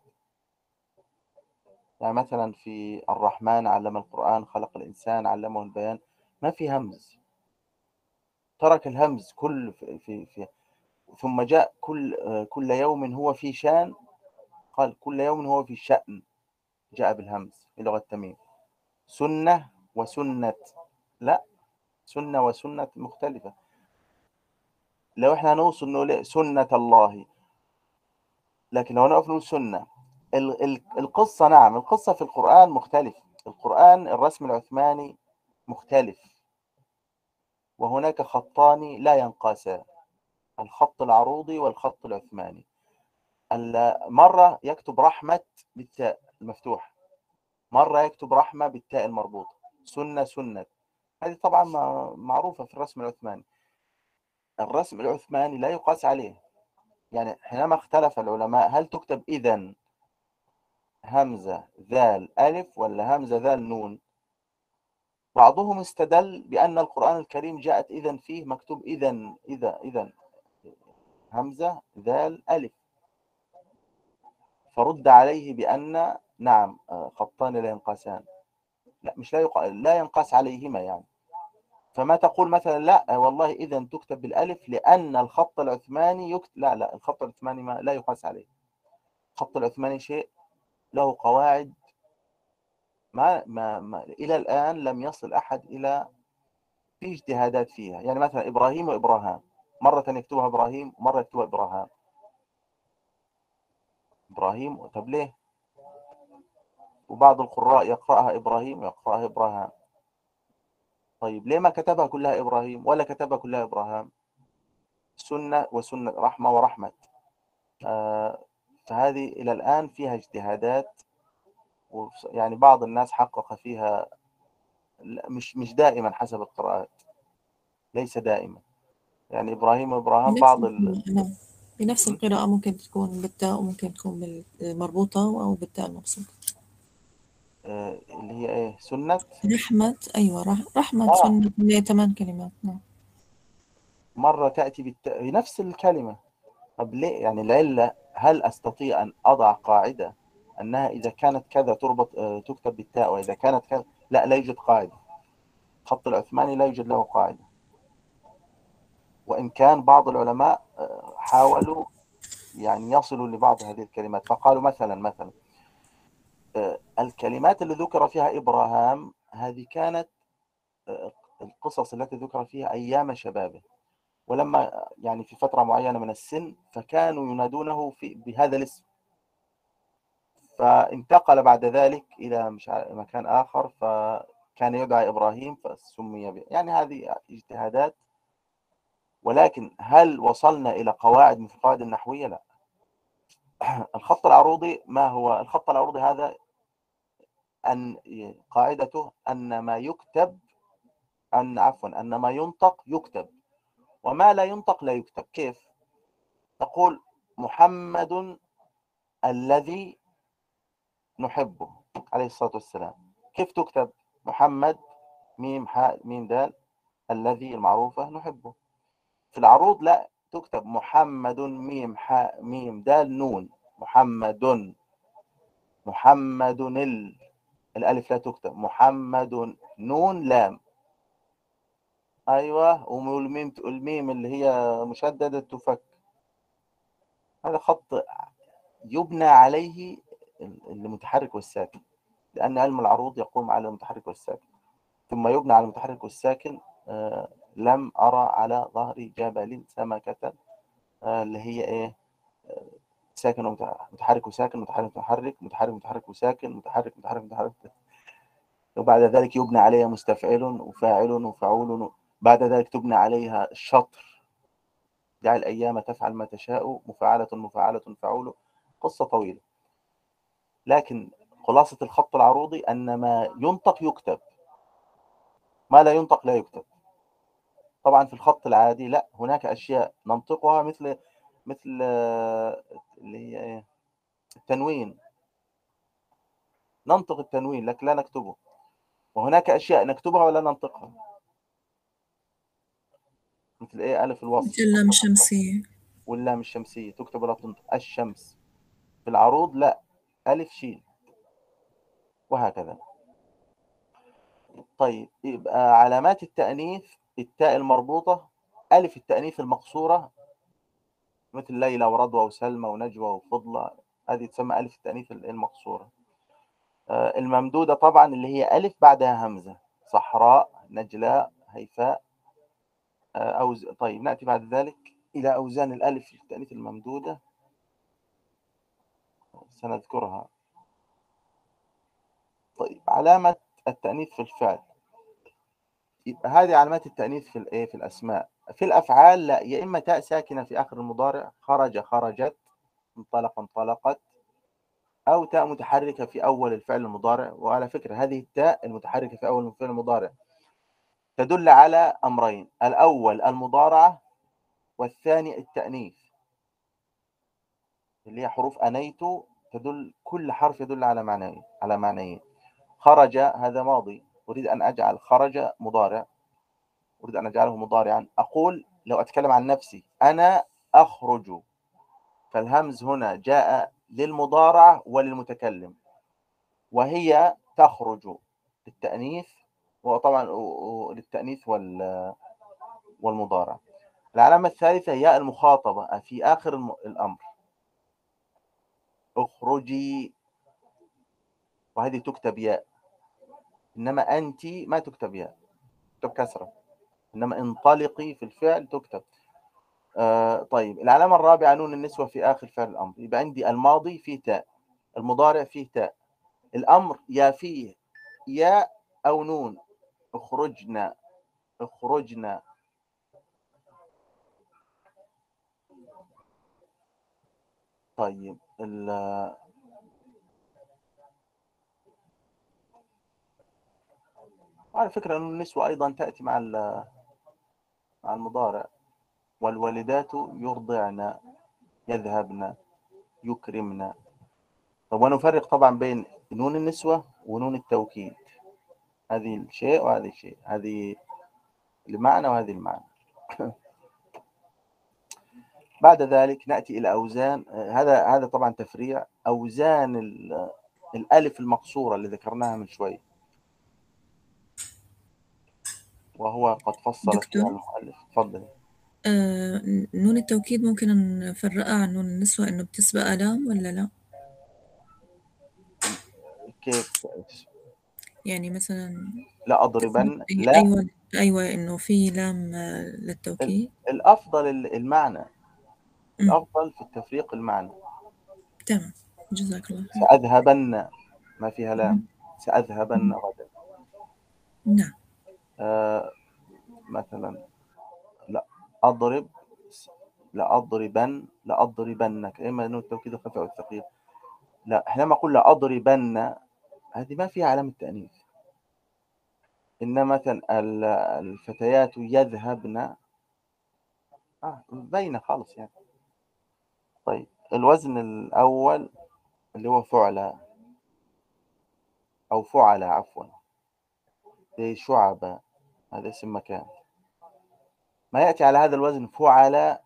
يعني مثلا في الرحمن علم القرآن خلق الإنسان علمه البيان، ما في همز، ترك الهمز كل في ثم جاء كل يوم هو في شان، قال كل يوم هو في شأن، جاء بالهمز في لغة تميم. سنة وسنة، لا، سنة وسنة مختلفة. لو احنا نوصل نقول سنة الله، لكن لو نقف نقول سنة. القصة، نعم، القصة في القرآن مختلف. القرآن الرسم العثماني مختلف، وهناك خطان لا ينقاسان، الخط العروضي والخط العثماني. مرة يكتب رحمة بالتاء المفتوحة، مرة يكتب رحمة بالتاء المربوطة، سنة سنة. هذه طبعا معروفة في الرسم العثماني. الرسم العثماني لا يقاس عليه. يعني حينما اختلف العلماء هل تكتب إذن همزة ذال ألف ولا همزة ذال نون، بعضهم استدل بأن القرآن الكريم جاءت إذن فيه مكتوب إذن همزة ذال ألف، فرد عليه بأن نعم، خطان لا ينقاسان. لا، مش لا ينقاس عليهما يعني. فما تقول مثلا لا والله إذن تكتب بالألف لأن الخط العثماني لا، الخط العثماني لا يقاس عليه. الخط العثماني شيء له قواعد ما إلى الآن لم يصل أحد إلى في اجتهادات فيها. يعني مثلا إبراهيم وإبراهام، مرة يكتبها إبراهيم ومرة يكتبها إبراهام. إبراهيم، طب ليه؟ وبعض القراء يقرأها إبراهيم ويقرأها إبراهام. طيب ليه ما كتبها كلها إبراهيم ولا كتبها كلها إبراهام؟ سنة وسنة، رحمة ورحمة. فهذه إلى الآن فيها اجتهادات، يعني بعض الناس حقق فيها، مش دائما حسب القراءات، ليس دائما. يعني إبراهيم وإبراهام بنفس بعض القراءة، نعم، بنفس القراءة ممكن تكون بالتاء وممكن تكون بالمربوطة أو بالتاء المبسوطة. اللي هي إيه، سنة. رحمة، أيوة، رحمة آه سنة، اللي هي 8 كلمات. نعم. مرة تأتي بنفس الكلمة. طب ليه؟ يعني العلة، هل أستطيع أن أضع قاعدة أنها إذا كانت كذا تربط تكتب بالتاء، وإذا كانت كذا لا يوجد قاعدة. الخط العثماني لا يوجد له قاعدة، وإن كان بعض العلماء حاولوا يعني يصلوا لبعض هذه الكلمات، فقالوا مثلا الكلمات اللي ذكر فيها إبراهام هذه كانت القصص التي ذكر فيها أيام شبابه، ولما يعني في فترة معينة من السن فكانوا ينادونه بهذا الاسم، فانتقل بعد ذلك إلى مكان آخر فكان يدعى إبراهيم فسمي به. يعني هذه اجتهادات، ولكن هل وصلنا إلى قواعد مثل القواعد النحوية؟ لا. الخط العروضي، ما هو الخط العروضي هذا؟ أن قاعدته أن ما يكتب، أن ما ينطق يكتب، وما لا ينطق لا يكتب. كيف؟ تقول محمد الذي نحبه عليه الصلاة والسلام، كيف تكتب؟ محمد ميم حاء ميم دال، الذي المعروفة نحبه. في العروض لا، تكتب محمد ميم حاء ميم دال نون، محمد الألف لا تكتب، محمد نون لام، أيوة، والميم اللي هي مشددة تفك. هذا خط يبنى عليه المتحرك والساكن، لأن علم العروض يقوم على المتحرك والساكن، ثم يبنى على المتحرك والساكن. لم أرى على ظهر جبل سمكة، اللي هي إيه، ساكن ومتحرك وساكن، متحرك متحرك، متحرك متحرك وساكن، متحرك متحرك متحرك، وبعد ذلك يبنى عليها مستفعل وفاعل وفعول، بعد ذلك تبنى عليها الشطر، جعل الأيام تفعل ما تشاء، مفعلة مفعلة فعول، قصة طويلة. لكن خلاصة الخط العروضي أن ما ينطق يكتب، ما لا ينطق لا يكتب. طبعا في الخط العادي لا، هناك أشياء ننطقها مثل اللي هي إيه؟ التنوين، ننطق التنوين لكن لا نكتبه، وهناك أشياء نكتبها ولا ننطقها، مثل إيه ألف الوصل مثل اللام الشمسية. واللام الشمسية تكتب ولا تنطق. الشمس في العروض لا، ألف شيل، وهكذا. طيب يبقى علامات التأنيث: التاء المربوطة، ألف التأنيث المقصورة مثل ليلى ورضوى وسلمى ونجوى وفضلة، هذه تسمى ألف التأنيث المقصورة. الممدودة طبعا اللي هي ألف بعدها همزة: صحراء، نجلاء، هيفاء. طيب نأتي بعد ذلك إلى أوزان الألف في التأنيث الممدودة، سنذكرها. طيب علامة التأنيث في الفعل، يبقى هذه علامات التأنيث في الإيه، في الأسماء. في الأفعال لا، يا إما تاء ساكنة في آخر المضارع: خرج، خرجت، انطلق، انطلقت، أو تاء متحركة في أول الفعل المضارع. وعلى فكرة هذه التاء المتحركة في أول الفعل المضارع تدل على أمرين: الأول المضارعة، والثاني التأنيث، اللي هي حروف أنيت، تدل كل حرف يدل على معنيين. خرج هذا ماضي، أريد أن أجعل خرج مضارع، أريد أن أجعله مضارعا. أقول لو أتكلم عن نفسي أنا أخرج، فالهمز هنا جاء للمضارع وللمتكلم، وهي تخرج للتأنيث، وطبعا للتأنيث والمضارع. العلامة الثالثة ياء المخاطبة في آخر الأمر: اخرجي، وهذه تكتب ياء، إنما أنت ما تكتب ياء، تكتب كسرة، إنما انطلقي في الفعل تكتب. طيب العلامة الرابعة نون النسوة في آخر فعل الأمر. يبقى عندي الماضي فيه تاء، المضارع فيه تاء، الأمر يا فيه ياء أو نون: اخرجنا، اخرجنا. طيب على فكرة نون النسوة أيضا تأتي مع المضارع: والوالدات يرضعن، يذهبن، يكرمن. طب ونفرق طبعا بين نون النسوة ونون التوكيد، هذه الشيء وهذه الشيء، هذه المعنى وهذه المعنى. بعد ذلك نأتي إلى أوزان، هذا طبعا تفريع أوزان الألف المقصورة اللي ذكرناها من شوي، وهو قد فصل فيها دكتور، المؤلف. تفضل. نون التوكيد ممكن نفرقها عن نون النسوة إنه بتسبق لام ولا لا؟ كيف؟ يعني مثلا لا أضربن، لا. أيوة، أيوة، إنه في لام للتوكيد. الأفضل المعنى، أمم، الأفضل في التفريق المعنى. تمام، جزاك الله خير. سأذهبن ما فيها لام، أمم، سأذهبن غدا. نعم. آه مثلا لا أضرب، لا أضربن، لا أضربنك، إما نون التوكيد الخفي أو الثقيل. لا، حينما أقول لا أضربن هذه ما فيها علامة تأنيث. إنما مثلا الفتيات يذهبن، باينة خالص يعني. طيب الوزن الأول اللي هو فعلى أو فعلى عفوا، زي شعبة، هذا اسم مكان. ما يأتي على هذا الوزن فعلى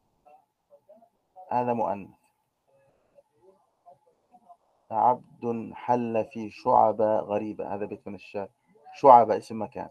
هذا مؤنث: عبد حل في شعبة غريبة، هذا بيت من الشعر. شعبة اسم مكان.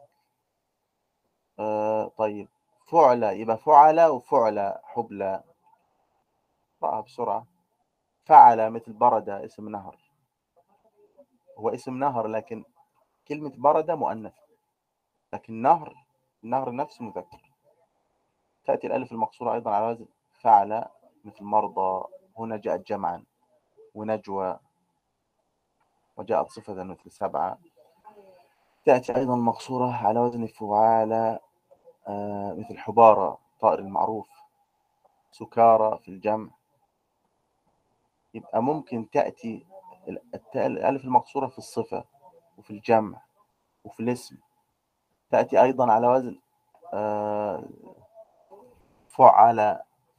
طيب فعلى، يبقى فعلى وفعلى حبلى، اقرأها بسرعة. فعل مثل بردة اسم نهر، هو اسم نهر لكن كلمة بردة مؤنث، لكن النهر نفسه مذكر. تأتي الألف المقصورة أيضا على وزن فعل مثل مرضى، هنا جاءت جمعا، ونجوى، وجاءت صفة مثل سبعة. تأتي أيضا مقصورة على وزن فعالة مثل حبارة، طائر المعروف، سكارى في الجمع. يبقى ممكن تأتي الألف المقصورة في الصفة وفي الجمع وفي الاسم. تأتي أيضا على وزن فعل،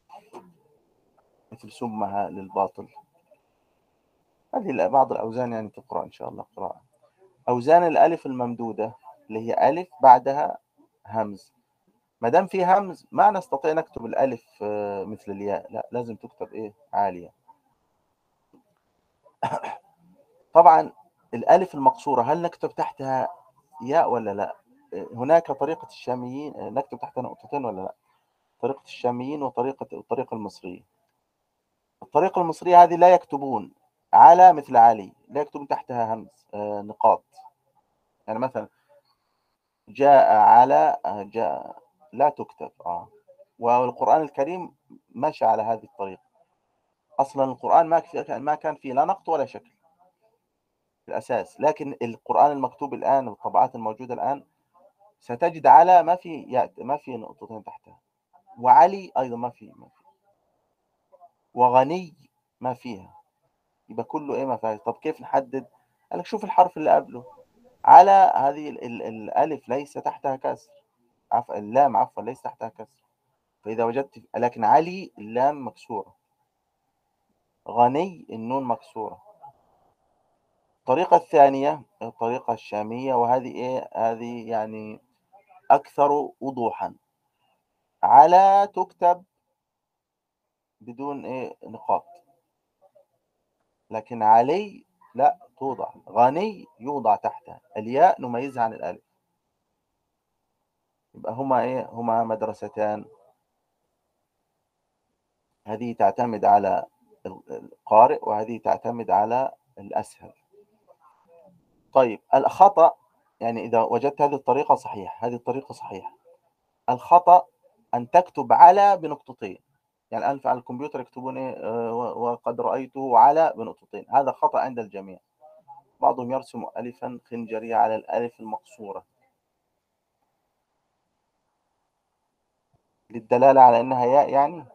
مثل سمها للباطل. هذه بعض الأوزان يعني تقرأ إن شاء الله قراءة. أوزان الألف الممدودة اللي هي ألف بعدها همز. ما دام في همز ما نستطيع نكتب الألف مثل الياء، لا لازم تكتب إيه عالية. طبعا الألف المقصورة هل نكتب تحتها ياء ولا لا؟ هناك طريقة الشاميين نكتب تحتها نقطتين ولا لا؟ طريقة الشاميين والطريقة المصرية. الطريقة المصرية هذه لا يكتبون على مثل علي، لا يكتبون تحتها همز نقاط. يعني مثلا جاء على جاء لا تكتب والقرآن الكريم ماشي على هذه الطريقة. أصلا القرآن ما كان فيه لا نقط ولا شكل في الأساس، لكن القرآن المكتوب الآن والطبعات الموجودة الآن ستجد على ما في نقطتين تحتها، وعلي أيضا ما في وغني ما فيها، يبقى كله إيه ما فيها. طب كيف نحدد؟ قال لك شوف الحرف اللي قبله. على هذه الألف ليس تحتها كسر، اللام عفوا ليس تحتها كسر، فإذا وجدت لكن علي اللام مكسورة، غني النون مكسورة. الطريقة الثانية الطريقة الشامية، وهذه إيه هذه يعني أكثر وضوحا. على تكتب بدون إيه نقاط، لكن علي لا توضع، غني يوضع تحتها الياء نميزها عن الألف. يبقى هما مدرستان، هذه تعتمد على القارئ وهذه تعتمد على الأسهل. طيب الخطأ، يعني إذا وجدت هذه الطريقة صحيحة، هذه الطريقة صحيحة. الخطأ أن تكتب على بنقطتين. يعني الآن على الكمبيوتر يكتبون وقد رأيته على بنقطتين، هذا خطأ عند الجميع. بعضهم يرسم ألفا خنجرية على الألف المقصورة للدلالة على أنها ياء يعني،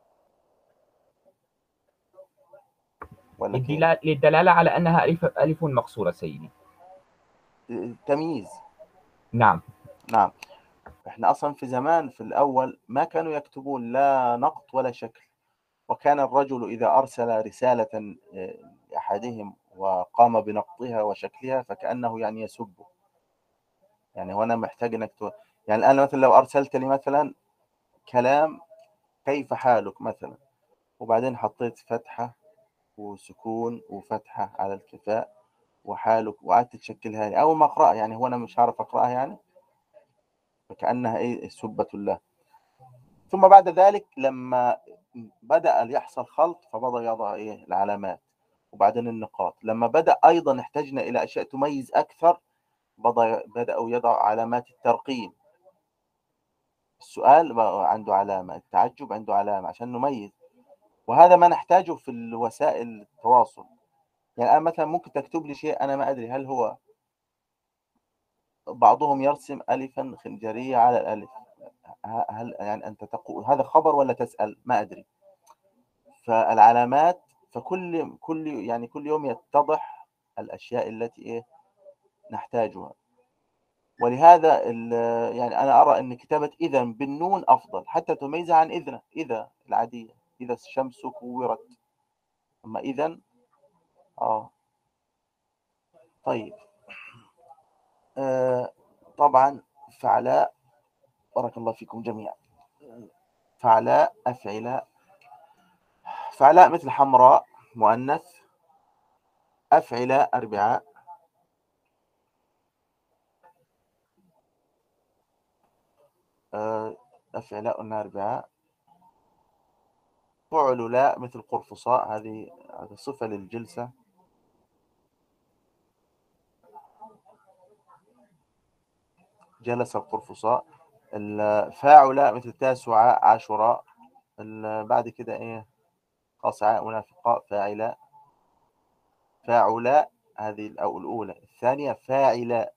ولا كيف؟ للدلالة على أنها ألف مقصورة سيدي. تمييز. نعم. نعم. احنا أصلا في زمان في الأول ما كانوا يكتبون لا نقط ولا شكل، وكان الرجل إذا أرسل رسالة لأحدهم وقام بنقطها وشكلها فكأنه يعني يسبه. يعني هنا محتاج انك يعني الآن مثلا لو أرسلت لي مثلا كلام كيف حالك مثلا، وبعدين حطيت فتحة وسكون وفتحة على الكفاء وحالك وقعدت تشكلها لي، أول ما أقرأها يعني هو أنا مش عارف أقرأها يعني، فكأنها إيه سبة الله. ثم بعد ذلك لما بدأ يحصل خلط فبدأ يضع إيه العلامات وبعدين النقاط. لما بدأ أيضا احتجنا إلى أشياء تميز أكثر بدأوا يضعوا علامات الترقيم. السؤال بقى عنده علامة، التعجب عنده علامة عشان نميز، وهذا ما نحتاجه في الوسائل التواصل. يعني الآن مثلا ممكن تكتب لي شيء أنا ما أدري هل هو، بعضهم يرسم ألفا خنجرية على الألف، هل يعني أنت تقول هذا خبر ولا تسأل؟ ما أدري. فالعلامات كل يوم يتضح الأشياء التي إيه نحتاجها. ولهذا يعني أنا أرى أن كتابة إذا بالنون أفضل حتى تميزها عن إذا العادية، إذا الشمس كورت. أما إذا طيب طبعا فعلاء، بارك الله فيكم جميعا. فعلاء أفعلاء، فعلاء مثل حمراء مؤنث، أفعلاء أربعاء، أفعلاء قلنا أربعاء. فعلاء مثل قرفصاء، هذه صفة للجلسة. جلس القرفصاء. الفاعلاء مثل تاسعاء عاشوراء. بعد كده إيه قصعاء منافقاء فاعلاء. فاعلاء هذه أو الأولى. الثانية فاعلاء.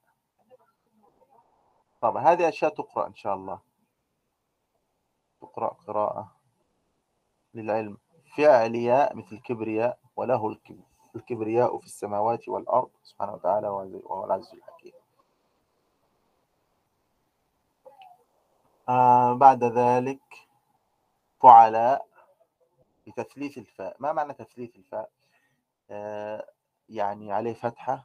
طبعا هذه أشياء تقرأ إن شاء الله، تقرأ قراءة للعلم. فعلياء مثل كبرياء، وله الكبرياء في السماوات والأرض سبحانه وتعالى وهو العزيز الحكيم. بعد ذلك فعلاء بتثليث الفاء. ما معنى تثليث الفاء؟ يعني عليه فتحة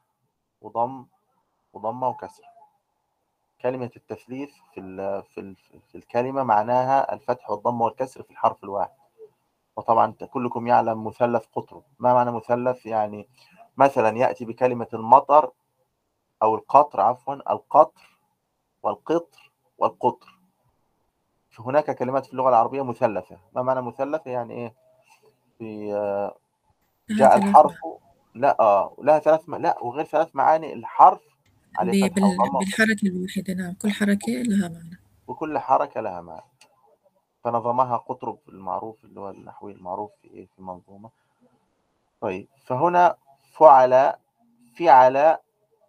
وضمة وكسر. كلمة التثليث في الكلمة معناها الفتح والضم والكسر في الحرف الواحد. وطبعا كلكم يعلم مثلث قطر. ما معنى مثلث؟ يعني مثلا يأتي بكلمة المطر أو القطر، عفوا، القطر والقطر والقطر. فهناك كلمات في اللغة العربية مثلثة. ما معنى مثلثة؟ يعني إيه؟ في لها جاء ثلاث الحرف، لا لها لا، وغير ثلاث معاني. الحرف عليه فتحة وضمة وكسر، بالحركة الواحدة. نعم، كل حركة لها معنى. وكل حركة لها معنى. فنظمها قطرب المعروف، اللي هو النحوي المعروف في المنظومة. طيب، فهنا فعل،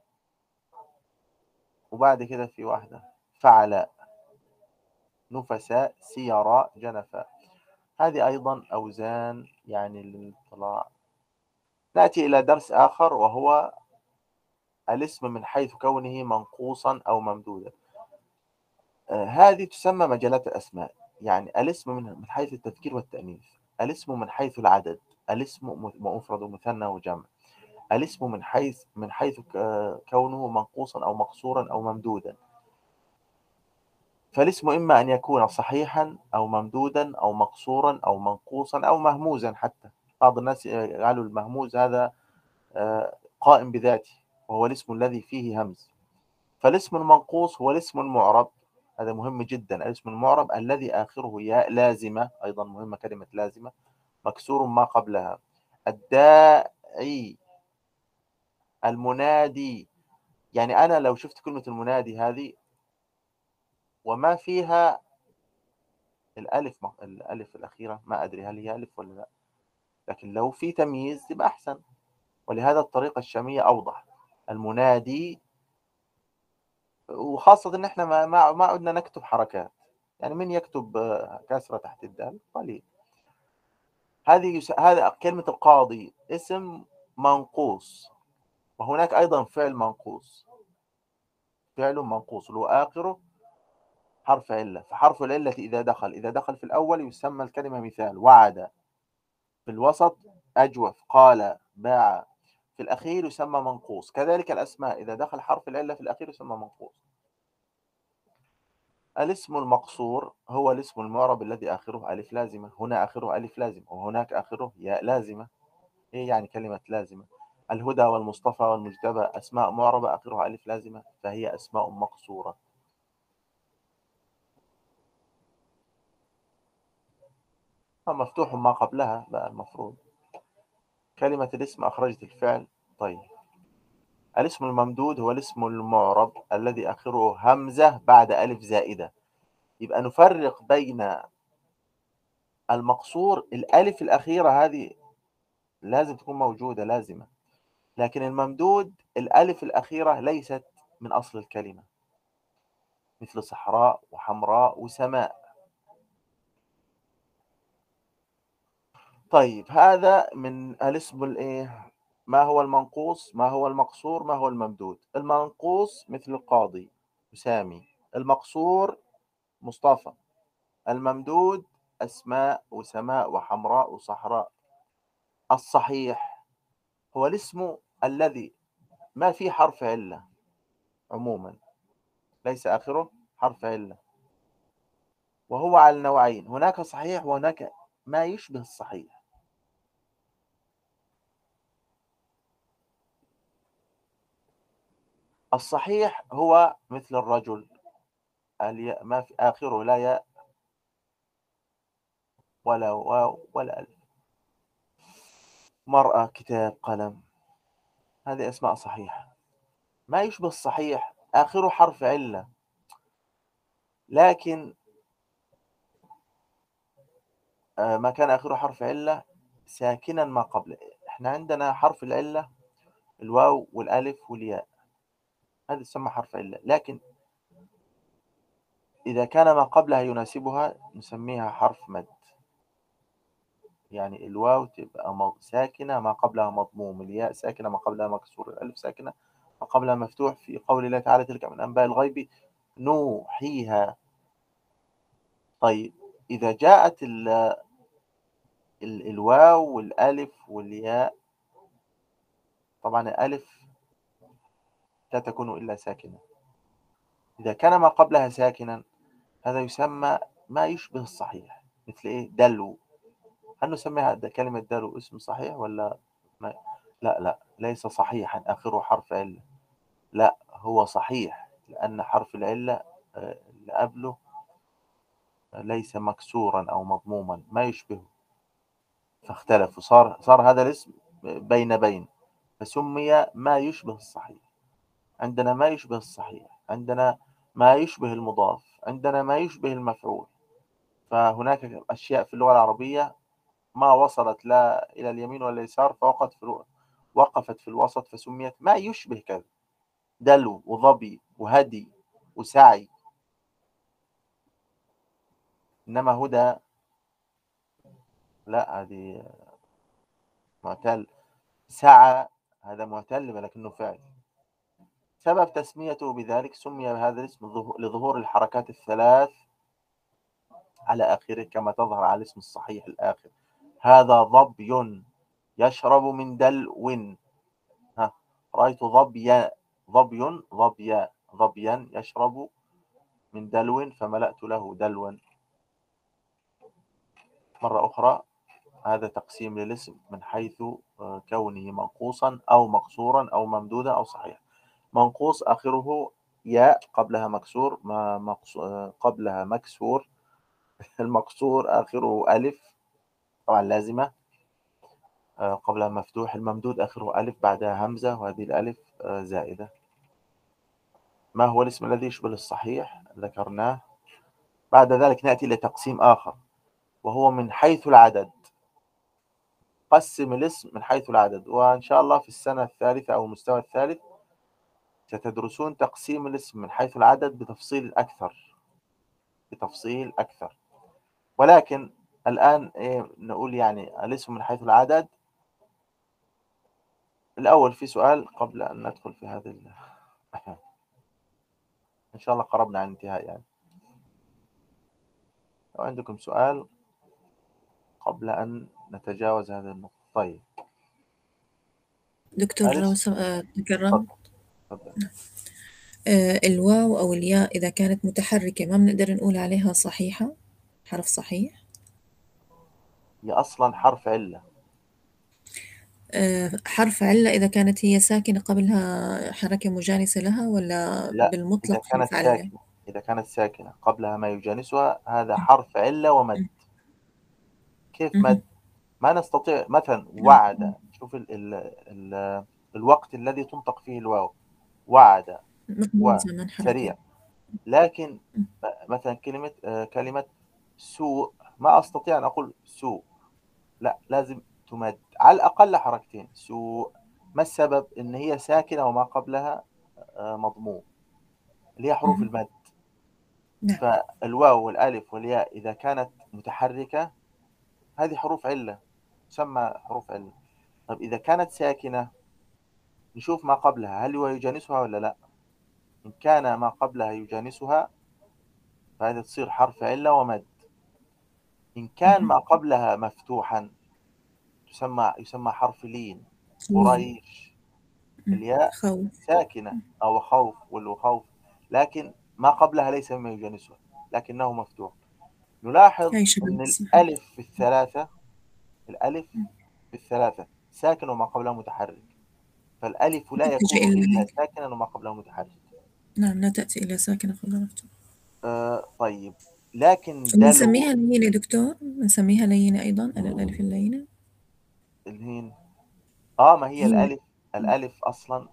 وبعد كده في واحدة فعل، نفساء، سيراء، جنفاء. هذه أيضا أوزان يعني للاطلاع. نأتي إلى درس آخر، وهو الاسم من حيث كونه منقوصا أو ممدودا. هذه تسمى مجالات الأسماء. يعني الاسم من حيث التذكير والتأنيث، الاسم من حيث العدد، الاسم مفرد ومثنى وجمع، الاسم من حيث كونه منقوصا أو مقصورا أو ممدودا. فالاسم إما أن يكون صحيحا أو ممدودا أو مقصورا أو منقوصا أو مهموزا. حتى بعض الناس يجعلوا المهموز هذا قائم بذاته، وهو الاسم الذي فيه همز. فالاسم المنقوص هو الاسم المعرب. هذا مهم جدا. الاسم المعرب الذي آخره ياء لازمة، أيضا مهمة كلمة لازمة، مكسور ما قبلها. الداعي، المنادي. يعني أنا لو شفت كلمة المنادي هذه وما فيها الألف الأخيرة، ما أدري هل هي ألف ولا لا، لكن لو في تمييز يبقى أحسن. ولهذا الطريقة الشامية أوضح. المنادي، وخاصة إن إحنا ما عدنا نكتب حركات. يعني من يكتب كسرة تحت الدال؟ قليل. هذا كلمة القاضي اسم منقوص. وهناك أيضا فعل منقوص، فعل منقوص له آخره حرف علة. فحرف العلة إذا دخل في الأول يسمى الكلمة مثال: وعد. في الوسط أجوف، قال، باع. في الأخير يسمى منقوص. كذلك الأسماء إذا دخل حرف العلة في الأخير يسمى منقوص. الاسم المقصور هو الاسم المعرب الذي آخره ألف لازمة. هنا آخره ألف لازمة، وهناك آخره ياء لازمة. إيه يعني كلمة لازمة؟ الهدى والمصطفى والمجتبى أسماء معربة آخرها ألف لازمة، فهي أسماء مقصورة. فمفتوح ما قبلها بقى المفروض. كلمة الاسم أخرجت الفعل. طيب، الاسم الممدود هو الاسم المعرب الذي آخره همزة بعد ألف زائدة. يبقى نفرق بين المقصور، الألف الأخيرة هذه لازم تكون موجودة، لازمة. لكن الممدود الألف الأخيرة ليست من أصل الكلمة، مثل صحراء وحمراء وسماء. طيب، هذا من الاسم الايه. ما هو المنقوص، ما هو المقصور، ما هو الممدود؟ المنقوص مثل القاضي وسامي، المقصور مصطفى، الممدود أسماء وسماء وحمراء وصحراء. الصحيح هو الاسم الذي ما فيه حرف علة عموما، ليس آخره حرف علة. وهو على نوعين: هناك صحيح وهناك ما يشبه الصحيح. الصحيح هو مثل الرجل، الياء ما في آخره لا ياء ولا واو ولا ألف. مرأة، كتاب، قلم، هذه أسماء صحيحة. ما يشبه الصحيح آخره حرف علة، لكن ما كان آخره حرف علة ساكنا ما قبله. احنا عندنا حرف العلة الواو والألف والياء، هذا يسمى حرف علة. لكن إذا كان ما قبلها يناسبها نسميها حرف مد. يعني الواو تبقى ساكنة ما قبلها مضموم، الياء ساكنة ما قبلها مكسور، الألف ساكنة ما قبلها مفتوح. في قول الله تعالى: تلك من أنباء الغيب نوحيها. طيب إذا جاءت الواو والألف والياء، طبعا الألف لا تكون إلا ساكنة. إذا كان ما قبلها ساكنا هذا يسمى ما يشبه الصحيح، مثل إيه؟ دلو. هل نسميها كلمة دلو اسم صحيح ولا ما؟ لا لا، ليس صحيحا آخره حرف علة، لا هو صحيح لأن حرف العلة اللي قبله ليس مكسورا أو مضموما، ما يشبهه، فاختلف وصار هذا الاسم بين فسمي ما يشبه الصحيح. عندنا ما يشبه الصحيح، عندنا ما يشبه المضاف، عندنا ما يشبه المفعول. فهناك أشياء في اللغة العربية ما وصلت لا إلى اليمين ولا اليسار وقفت في الوسط فسميت ما يشبه كذا، دلو وظبي وهدي وسعي. إنما هدى لا، هذه معتل. سعى هذا معتل ولكنه فعل. سبب تسميته بذلك سمي بهذا الاسم لظهور الحركات الثلاث على آخره كما تظهر على الاسم الصحيح الآخر. هذا ظبي يشرب من دلو. رأيت ظبيا يشرب من دلو فملأت له دلوا. مرة أخرى، هذا تقسيم للاسم من حيث كونه منقوصا أو مقصورا أو ممدودا أو صحيح. منقوص آخره ياء قبلها مكسور، قبلها مكسور. المقصور آخره ألف طبعا لازمة، قبلها مفتوح. الممدود آخره ألف بعدها همزة، وهذه الألف زائدة. ما هو الاسم الذي يشبه الصحيح؟ ذكرناه. بعد ذلك نأتي لتقسيم آخر وهو من حيث العدد. قسم الاسم من حيث العدد، وإن شاء الله في السنة الثالثة أو المستوى الثالث ستدرسون تقسيم الاسم من حيث العدد بتفصيل أكثر. ولكن الآن نقول يعني الاسم من حيث العدد. الأول في سؤال قبل أن ندخل في هذا إن شاء الله قربنا عن الانتهاء يعني. لو عندكم سؤال قبل أن نتجاوز هذه النقطة. طيب دكتور لو تكرم، الواو أو الياء إذا كانت متحركة ما بنقدر نقول عليها صحيحة، حرف صحيح؟ هي أصلا حرف علة. حرف علة إذا كانت هي ساكنة قبلها حركة مجانسة لها، ولا لا، بالمطلق حرف علة؟ إذا كانت ساكنة قبلها ما يجانسها هذا حرف علة ومد. كيف مد؟ ما نستطيع مثلا وعد. شوف الوقت الذي تنطق فيه الواو، وعد زمن وسريع. حركة. لكن مثلا كلمة سوء ما أستطيع أن أقول سوء، لا لازم تمد على الأقل حركتين. سوء. ما السبب؟ إن هي ساكنة وما قبلها مضموم، اللي هي حروف المد. نعم. فالواو والألف والياء إذا كانت متحركة هذه حروف علة، تسمى حروف علة. طب إذا كانت ساكنة نشوف ما قبلها هل هو يجانسها ولا لا. إن كان ما قبلها يجانسها فهذا تصير حرف علة ومد. إن كان ما قبلها مفتوحا يسمى حرف لين. قريش. الياء خوف. ساكنة أو خوف والخوف، لكن ما قبلها ليس مما يجانسها لكنه مفتوح. نلاحظ هاي شباب أن صحيح. الألف في الثلاثة ساكن وما قبله متحرك، فالألف لا تتجه يكون إلى إلا هيك. ساكنا وما قبله متحرك. نعم، لا تأتي إلى ساكنة قبل مفتوح. طيب لكن دلو بنسميها لينة دكتور، بنسميها لينة أيضا، الألف اللينة. الهين. ما هي هي. الألف أصلا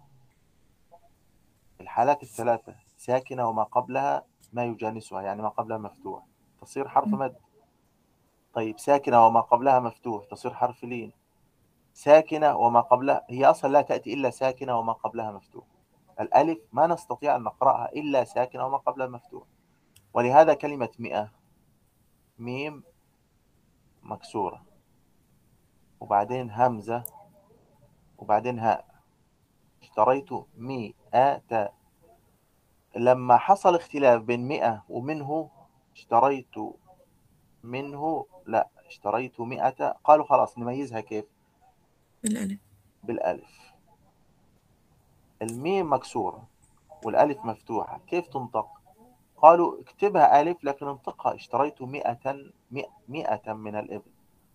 الحالات الثلاثة ساكنة وما قبلها ما يجانسها، يعني ما قبلها مفتوح تصير حرف مد. طيب ساكنة وما قبلها مفتوح تصير حرف لين. ساكنة وما قبلها هي أصلا لا تأتي إلا ساكنة وما قبلها مفتوح. الألف ما نستطيع أن نقرأها إلا ساكنة وما قبلها مفتوح. ولهذا كلمة 100 ميم مكسورة وبعدين همزة وبعدين هاء. اشتريت 100. لما حصل اختلاف بين 100 ومنه اشتريت منه لا، اشتريت 100. قالوا خلاص نميزها كيف؟ بالألف. بالألف. الميم مكسورة والألف مفتوحة، كيف تنطق؟ قالوا اكتبها ألف لكن انطقها اشتريت 100 من الإبل.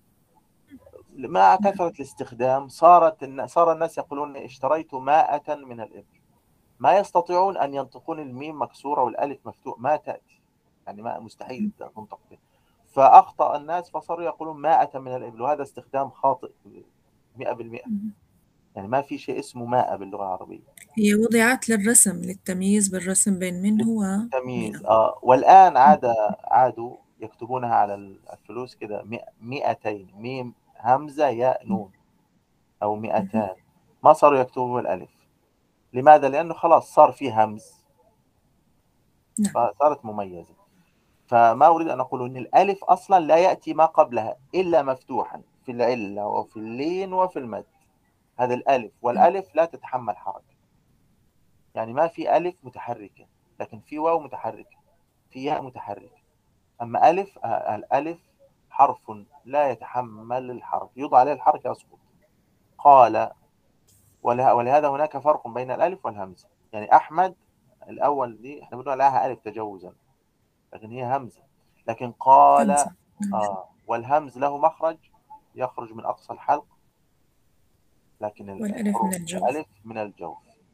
مع كثرة الاستخدام صار الناس يقولون اشتريت 100 من الإبل، ما يستطيعون أن ينطقون الميم مكسورة والألف مفتوح، ما تأتي، يعني ما مستحيل تنطق به. فأخطأ الناس فصاروا يقولون 100 من الإبل، وهذا استخدام خاطئ 100%. يعني ما في شيء اسمه 100 باللغة العربية. هي وضعت للرسم، للتمييز بالرسم بين من هو للتمييز. 100. والآن عادوا يكتبونها على الفلوس كده 200، ميم همزة ياء نون، أو 200. ما صاروا يكتبوا بالألف. لماذا؟ لأنه خلاص صار فيه همز نعم. فصارت مميزة. فما أريد أن أقول أن الألف أصلا لا يأتي ما قبلها إلا مفتوحا في العلة وفي اللين وفي المد. هذا الألف، والألف لا تتحمل حركة. يعني ما في ألف متحركة، لكن في واو متحركة، في ياء متحركة. أما ألف، الألف حرف لا يتحمل الحركة، يوضع عليه الحركة يسقط. قال ولهذا هناك فرق بين الألف والهمزة. يعني أحمد الأول دي احنا بنقول عليها ألف تجوزا، لكن هي همزة. لكن قال همزة. نعم. والهمز له مخرج يخرج من أقصى الحلق، لكن والألف من الجوف. الألف من الجوف.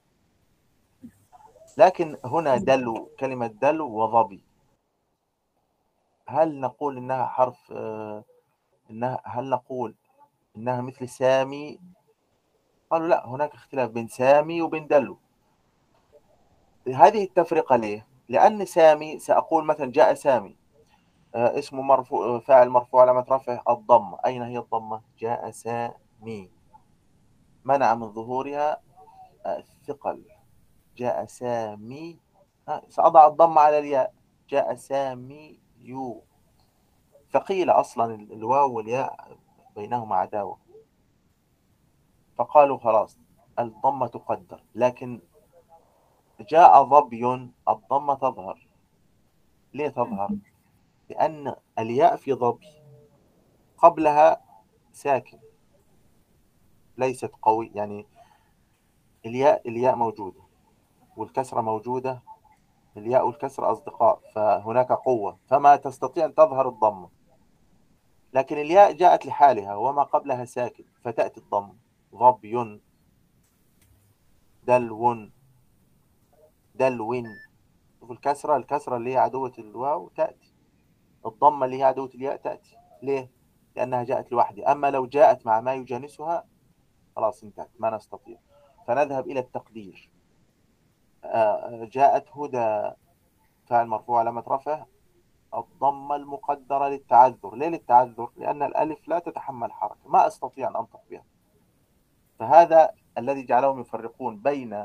لكن هنا دلو، كلمة دلو وظبي، هل نقول إنها حرف هل نقول إنها مثل سامي؟ قالوا لا، هناك اختلاف بين سامي وبين دلو. هذه التفرقة ليه؟ لأن سامي سأقول مثلا جاء سامي، اسمه مرفوع، فاعل مرفوع علامة رفعه الضمة. أين هي الضمة؟ جاء سامي، منع من ظهورها الثقل. جاء سامي، سأضع الضمة على الياء. جاء سامي يو، ثقيلة أصلا الواو والياء بينهما عداوة. فقالوا خلاص الضمة تقدر. لكن جاء ظبي، الضمة تظهر. ليه تظهر؟ لأن الياء في ظبي قبلها ساكن، ليست قوي. يعني الياء موجودة والكسرة موجودة، الياء والكسرة أصدقاء، فهناك قوة، فما تستطيع أن تظهر الضمة. لكن الياء جاءت لحالها وما قبلها ساكن، فتأتي الضمة. ظبي، دلو، دلو. شوف الكسرة اللي هي عدوة الواو تأتي، الضمة اللي هي عدوة الياء تأتي. ليه؟ لأنها جاءت لوحدها. أما لو جاءت مع ما يجانسها خلاص انتهت، ما نستطيع. فنذهب إلى التقدير. جاءت هدى، فاعل مرفوع علامة رفعه الضمة المقدرة للتعذر. ليه للتعذر؟ لأن الألف لا تتحمل حركة، ما أستطيع أن أنطق بها. فهذا الذي جعلهم يفرقون بين،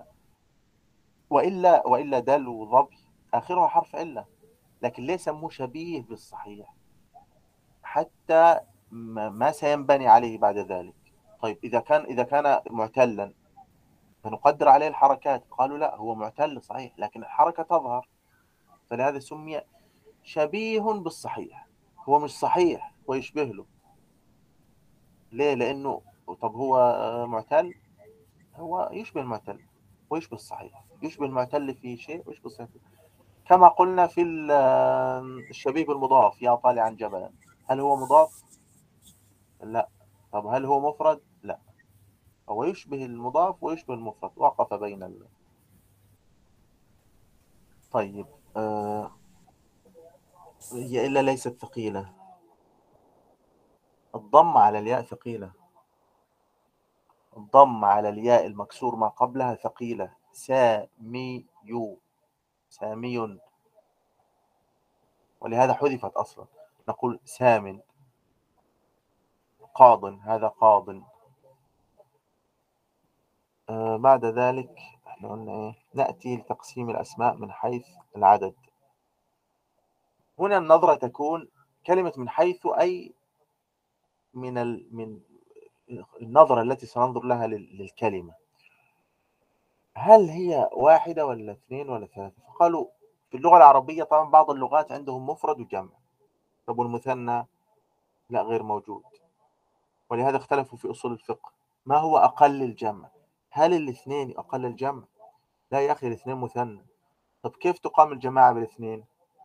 وإلا دل وظبي آخرها حرف علة، لكن ليه سموه شبيه بالصحيح؟ حتى ما سينبني عليه بعد ذلك. طيب إذا كان معتلا فنقدر عليه الحركات. قالوا لا، هو معتل صحيح لكن الحركة تظهر، فلهذا سمي شبيه بالصحيح. هو مش صحيح، هو يشبه له. ليه؟ لأنه طب هو معتل، هو يشبه المعتل ويشبه الصحيح، يشبه المعتل في شيء ويشبه الصحيح. كما قلنا في الشبيه بالمضاف، يا طالعا جبلا، هل هو مضاف؟ لا. طب هل هو مفرد؟ لا. هو يشبه المضاف ويشبه المفرد، وقف بين طيب. هي إلا ليست ثقيلة. الضم على الياء ثقيلة، الضم على الياء المكسور ما قبلها ثقيلة. سامي، سامي، ولهذا حذفت أصلا. نقول سام. قاض، هذا قاض. بعد ذلك احنا قلنا ايه؟ نأتي لتقسيم الأسماء من حيث العدد. هنا النظرة تكون كلمة من حيث، أي من النظرة التي سننظر لها للكلمة، هل هي واحدة ولا اثنين ولا ثلاثة؟ فقالوا في اللغة العربية طبعا بعض اللغات عندهم مفرد وجمع. طب والمثنى لا، غير موجود. ولهذا اختلفوا في أصول الفقه، ما هو أقل الجمع؟ هل الاثنين أقل الجمع؟ لا يا أخي، الاثنين مثنى. طب كيف تقام الجماعة بالاثنين؟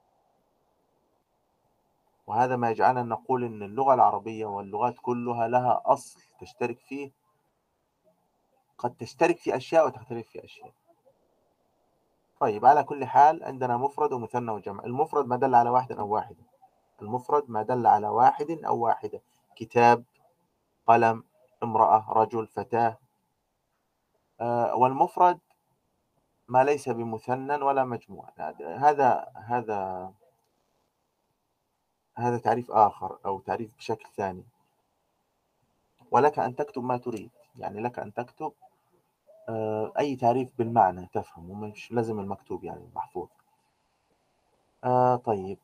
وهذا ما يجعلنا نقول إن اللغة العربية واللغات كلها لها أصل تشترك فيه، قد تشترك في أشياء وتختلف في أشياء. طيب، على كل حال عندنا مفرد ومثنى وجمع. المفرد ما دل على واحد أو واحدة. المفرد ما دل على واحد أو واحدة: كتاب، قلم، امرأة، رجل، فتاة. والمفرد ما ليس بمثنى ولا مجموع. هذا تعريف آخر أو تعريف بشكل ثاني. ولك أن تكتب ما تريد، يعني لك أن تكتب أي تعريف بالمعنى تفهم، ومش لازم المكتوب يعني محفوظ. طيب،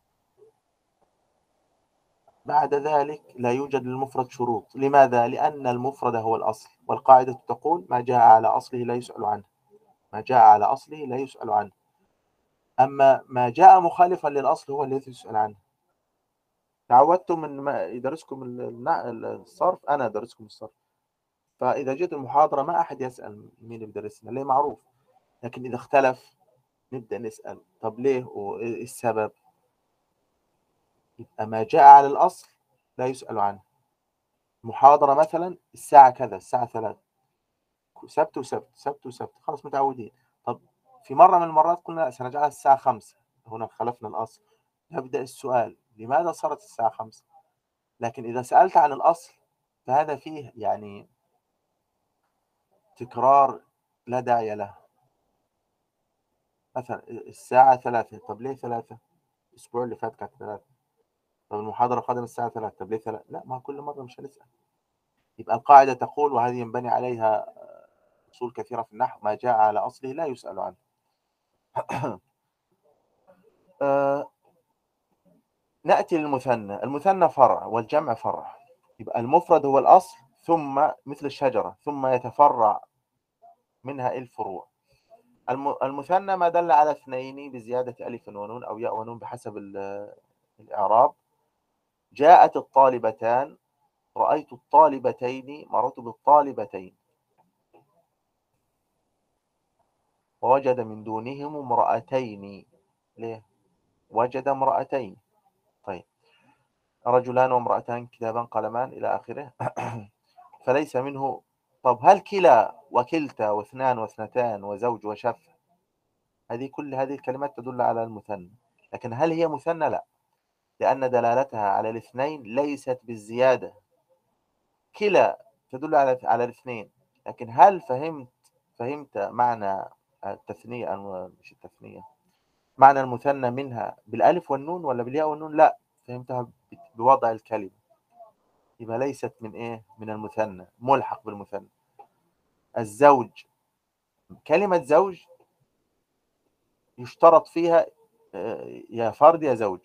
بعد ذلك لا يوجد للمفرد شروط. لماذا؟ لأن المفرد هو الأصل، والقاعدة تقول: ما جاء على أصله لا يسأل عنه. ما جاء على أصله لا يسأل عنه. أما ما جاء مخالفا للأصل هو الذي يسأل عنه. تعودتم من ما يدرسكم الصرف، أنا أدرسكم الصرف، فإذا جيت المحاضرة ما أحد يسأل مين اللي بيدرسنا، ليه؟ معروف. لكن إذا اختلف نبدأ نسأل: طب ليه وإيه السبب؟ يبقى ما جاء على الأصل لا يسأل عنه. محاضرة مثلا الساعة كذا، الساعة 3، سبت وسبت، سبت وسبت، خلاص متعودين. طب في مرة من المرات قلنا سنجعلها الساعة 5، هنا خلفنا الأصل. نبدأ السؤال: لماذا صارت الساعة 5؟ لكن إذا سألت عن الأصل فهذا فيه يعني تكرار لا داعي له. مثلا الساعة 3، طب ليه 3؟ الأسبوع اللي فات كانت 3. طب المحاضرة القادمة الساعة 3، طب ليه 3؟ لا، ما كل مرة مش هنسأل. يبقى القاعدة تقول، وهذه ينبني عليها أصول كثيرة في النحو: ما جاء على أصله لا يسأل عنه. نأتي للمثنى. المثنى فرع والجمع فرع. يبقى المفرد هو الأصل، ثم مثل الشجرة، ثم يتفرع منها الفروع. المثنى ما دل على اثنين بزيادة ألف ونون أو ياء ونون بحسب الإعراب. جاءت الطالبتان، رأيت الطالبتين، مررت بالطالبتين. ووجد من دونهم امرأتين. ليه؟ وجد امرأتين. طيب، رجلان وامرأتان، كتابان، قلمان، إلى آخره. فليس منه. طب هل كلا وكلتا واثنان واثنتان وزوج وشف، كل هذه الكلمات تدل على المثنى، لكن هل هي مثنى؟ لا، لأن دلالتها على الاثنين ليست بالزيادة. كلا تدل على الاثنين، لكن هل فهمت معنى التثنية أو مش التثنية، معنى المثنى منها بالألف والنون ولا بالياء والنون؟ لا، فهمتها بوضع الكلمة. يبقى ليست من إيه؟ من المثنى، ملحق بالمثنى. الزوج، كلمة زوج يشترط فيها يا فرد يا زوج.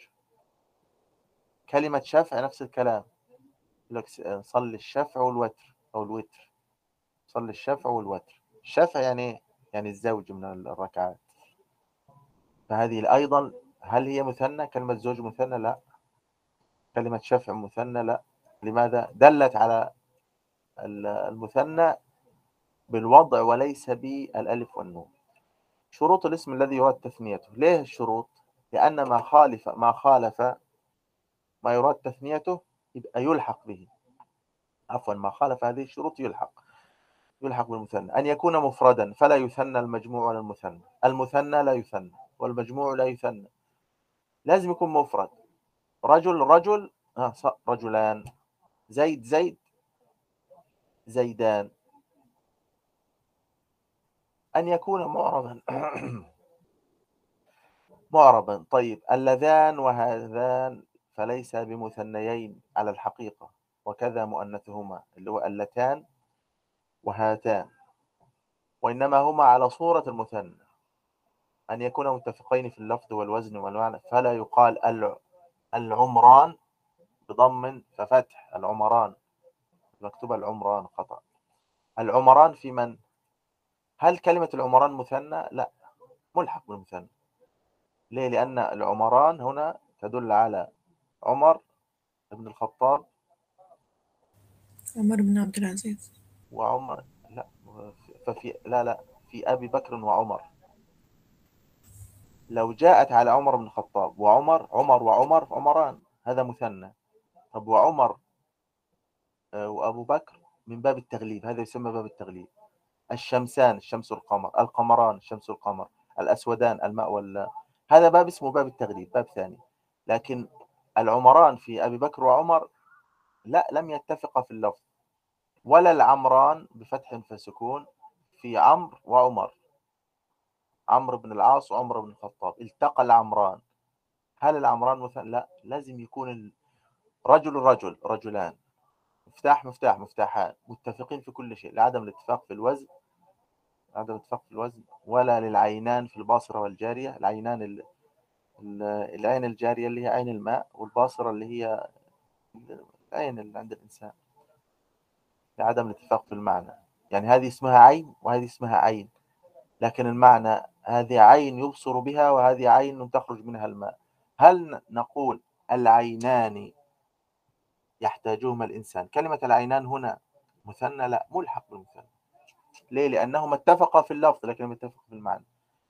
كلمة شفع نفس الكلام، يقول لك صلي الشفع والوتر أو الوتر. صلي الشفع والوتر. الشفع يعني إيه؟ يعني الزوج من الركعات. فهذه أيضا هل هي مثنى؟ كلمة زوج مثنى؟ لا. كلمة شفع مثنى؟ لا. لماذا؟ دلت على المثنى بالوضع وليس بالألف والنون. شروط الاسم الذي يراد تثنيته. ليه الشروط؟ لأن ما خالف ما يراد تثنيته يبقى يلحق به. عفوا، ما خالف هذه الشروط يلحق بالمثنى. أن يكون مفردا فلا يثنى المجموع ولا المثنى. المثنى لا يثنى والمجموع لا يثنى، لازم يكون مفرد. رجل رجل، رجلان. زيد زيد، زيدان. أن يكون معربا معربا. طيب، اللذان وهذان فليس بمثنيين على الحقيقة، وكذا مؤنثهما اللي هو اللتان وهاتان، وإنما هما على صورة المثنى. أن يكون متفقين في اللفظ والوزن والمعنى، فلا يقال العمران بضم ففتح، العمران، مكتوب العمران خطأ. العمران في من؟ هل كلمة العمران مثنى؟ لا، ملحق بالمثنى. ليه؟ لأن العمران هنا تدل على عمر بن الخطاب عمر بن عبد العزيز. وعمر، لا، لا، في أبي بكر وعمر. لو جاءت على عمر بن الخطاب وعمر، عمر وعمر عمران، هذا مثنى. طب وعمر وأبو بكر من باب التغليب، هذا يسمى باب التغليب. الشمسان، الشمس والقمر، القمران، الشمس والقمر، الأسودان، الماء هذا باب اسمه باب التغليب، باب ثاني. لكن العمران في أبي بكر وعمر لا، لم يتفقا في اللفظ. ولا العمران بفتح فسكون في عمرو وعمر، عمرو بن العاص وعمر بن الخطاب التقى العمران. هل العمران مثلا؟ لا، لازم يكون رجل رجل، رجلان، مفتاح مفتاح، مفتاحان، متفقين في كل شيء، لعدم الاتفاق في الوزن، عدم الاتفاق في الوزن. ولا للعينان في الباصرة والجارية، العينان العين الجارية اللي هي عين الماء، والباصرة اللي هي العين اللي عند الإنسان، لعدم الاتفاق في المعنى. يعني هذه اسمها عين وهذه اسمها عين، لكن المعنى هذه عين يبصر بها وهذه عين تخرج منها الماء. هل نقول العينان يحتاجهما الإنسان؟ كلمة العينان هنا مثنى؟ لا، ملحق بالمثنى. ليه؟ لأنهما اتفقا في اللفظ لكن لم يتفقا في المعنى.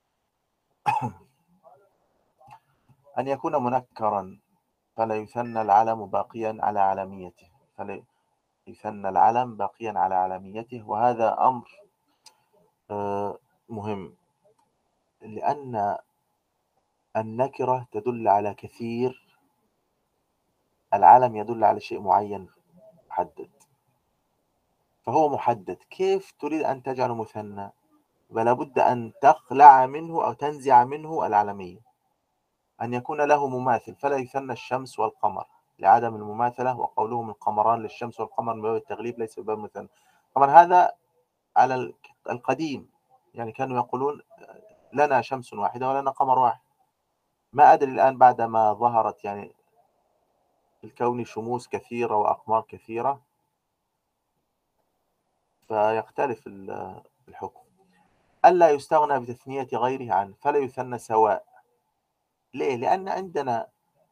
أن يكون منكرا فلا يثنى العلم باقيا على علميته، فلا يثنى العلم باقيا على علميته، وهذا أمر مهم، لأن النكرة تدل على كثير، العلم يدل على شيء معين محدد، فهو محدد. كيف تريد أن تجعله مثنى؟ فلا بد أن تخلع منه أو تنزع منه العلمية، أن يكون له مماثل، فلا يثنى الشمس والقمر لعدم المماثلة، وقولهم القمران للشمس والقمر من باب التغليب ليس بباب المثنى. طبعا هذا على القديم، يعني كانوا يقولون لنا شمس واحدة ولنا قمر واحد. ما أدري الآن بعد ما ظهرت يعني الكون شموس كثيرة وأقمار كثيرة فيختلف الحكم. ألا يستغنى بتثنية غيره عنه، فلا يثنى سواء. ليه؟ لأن عندنا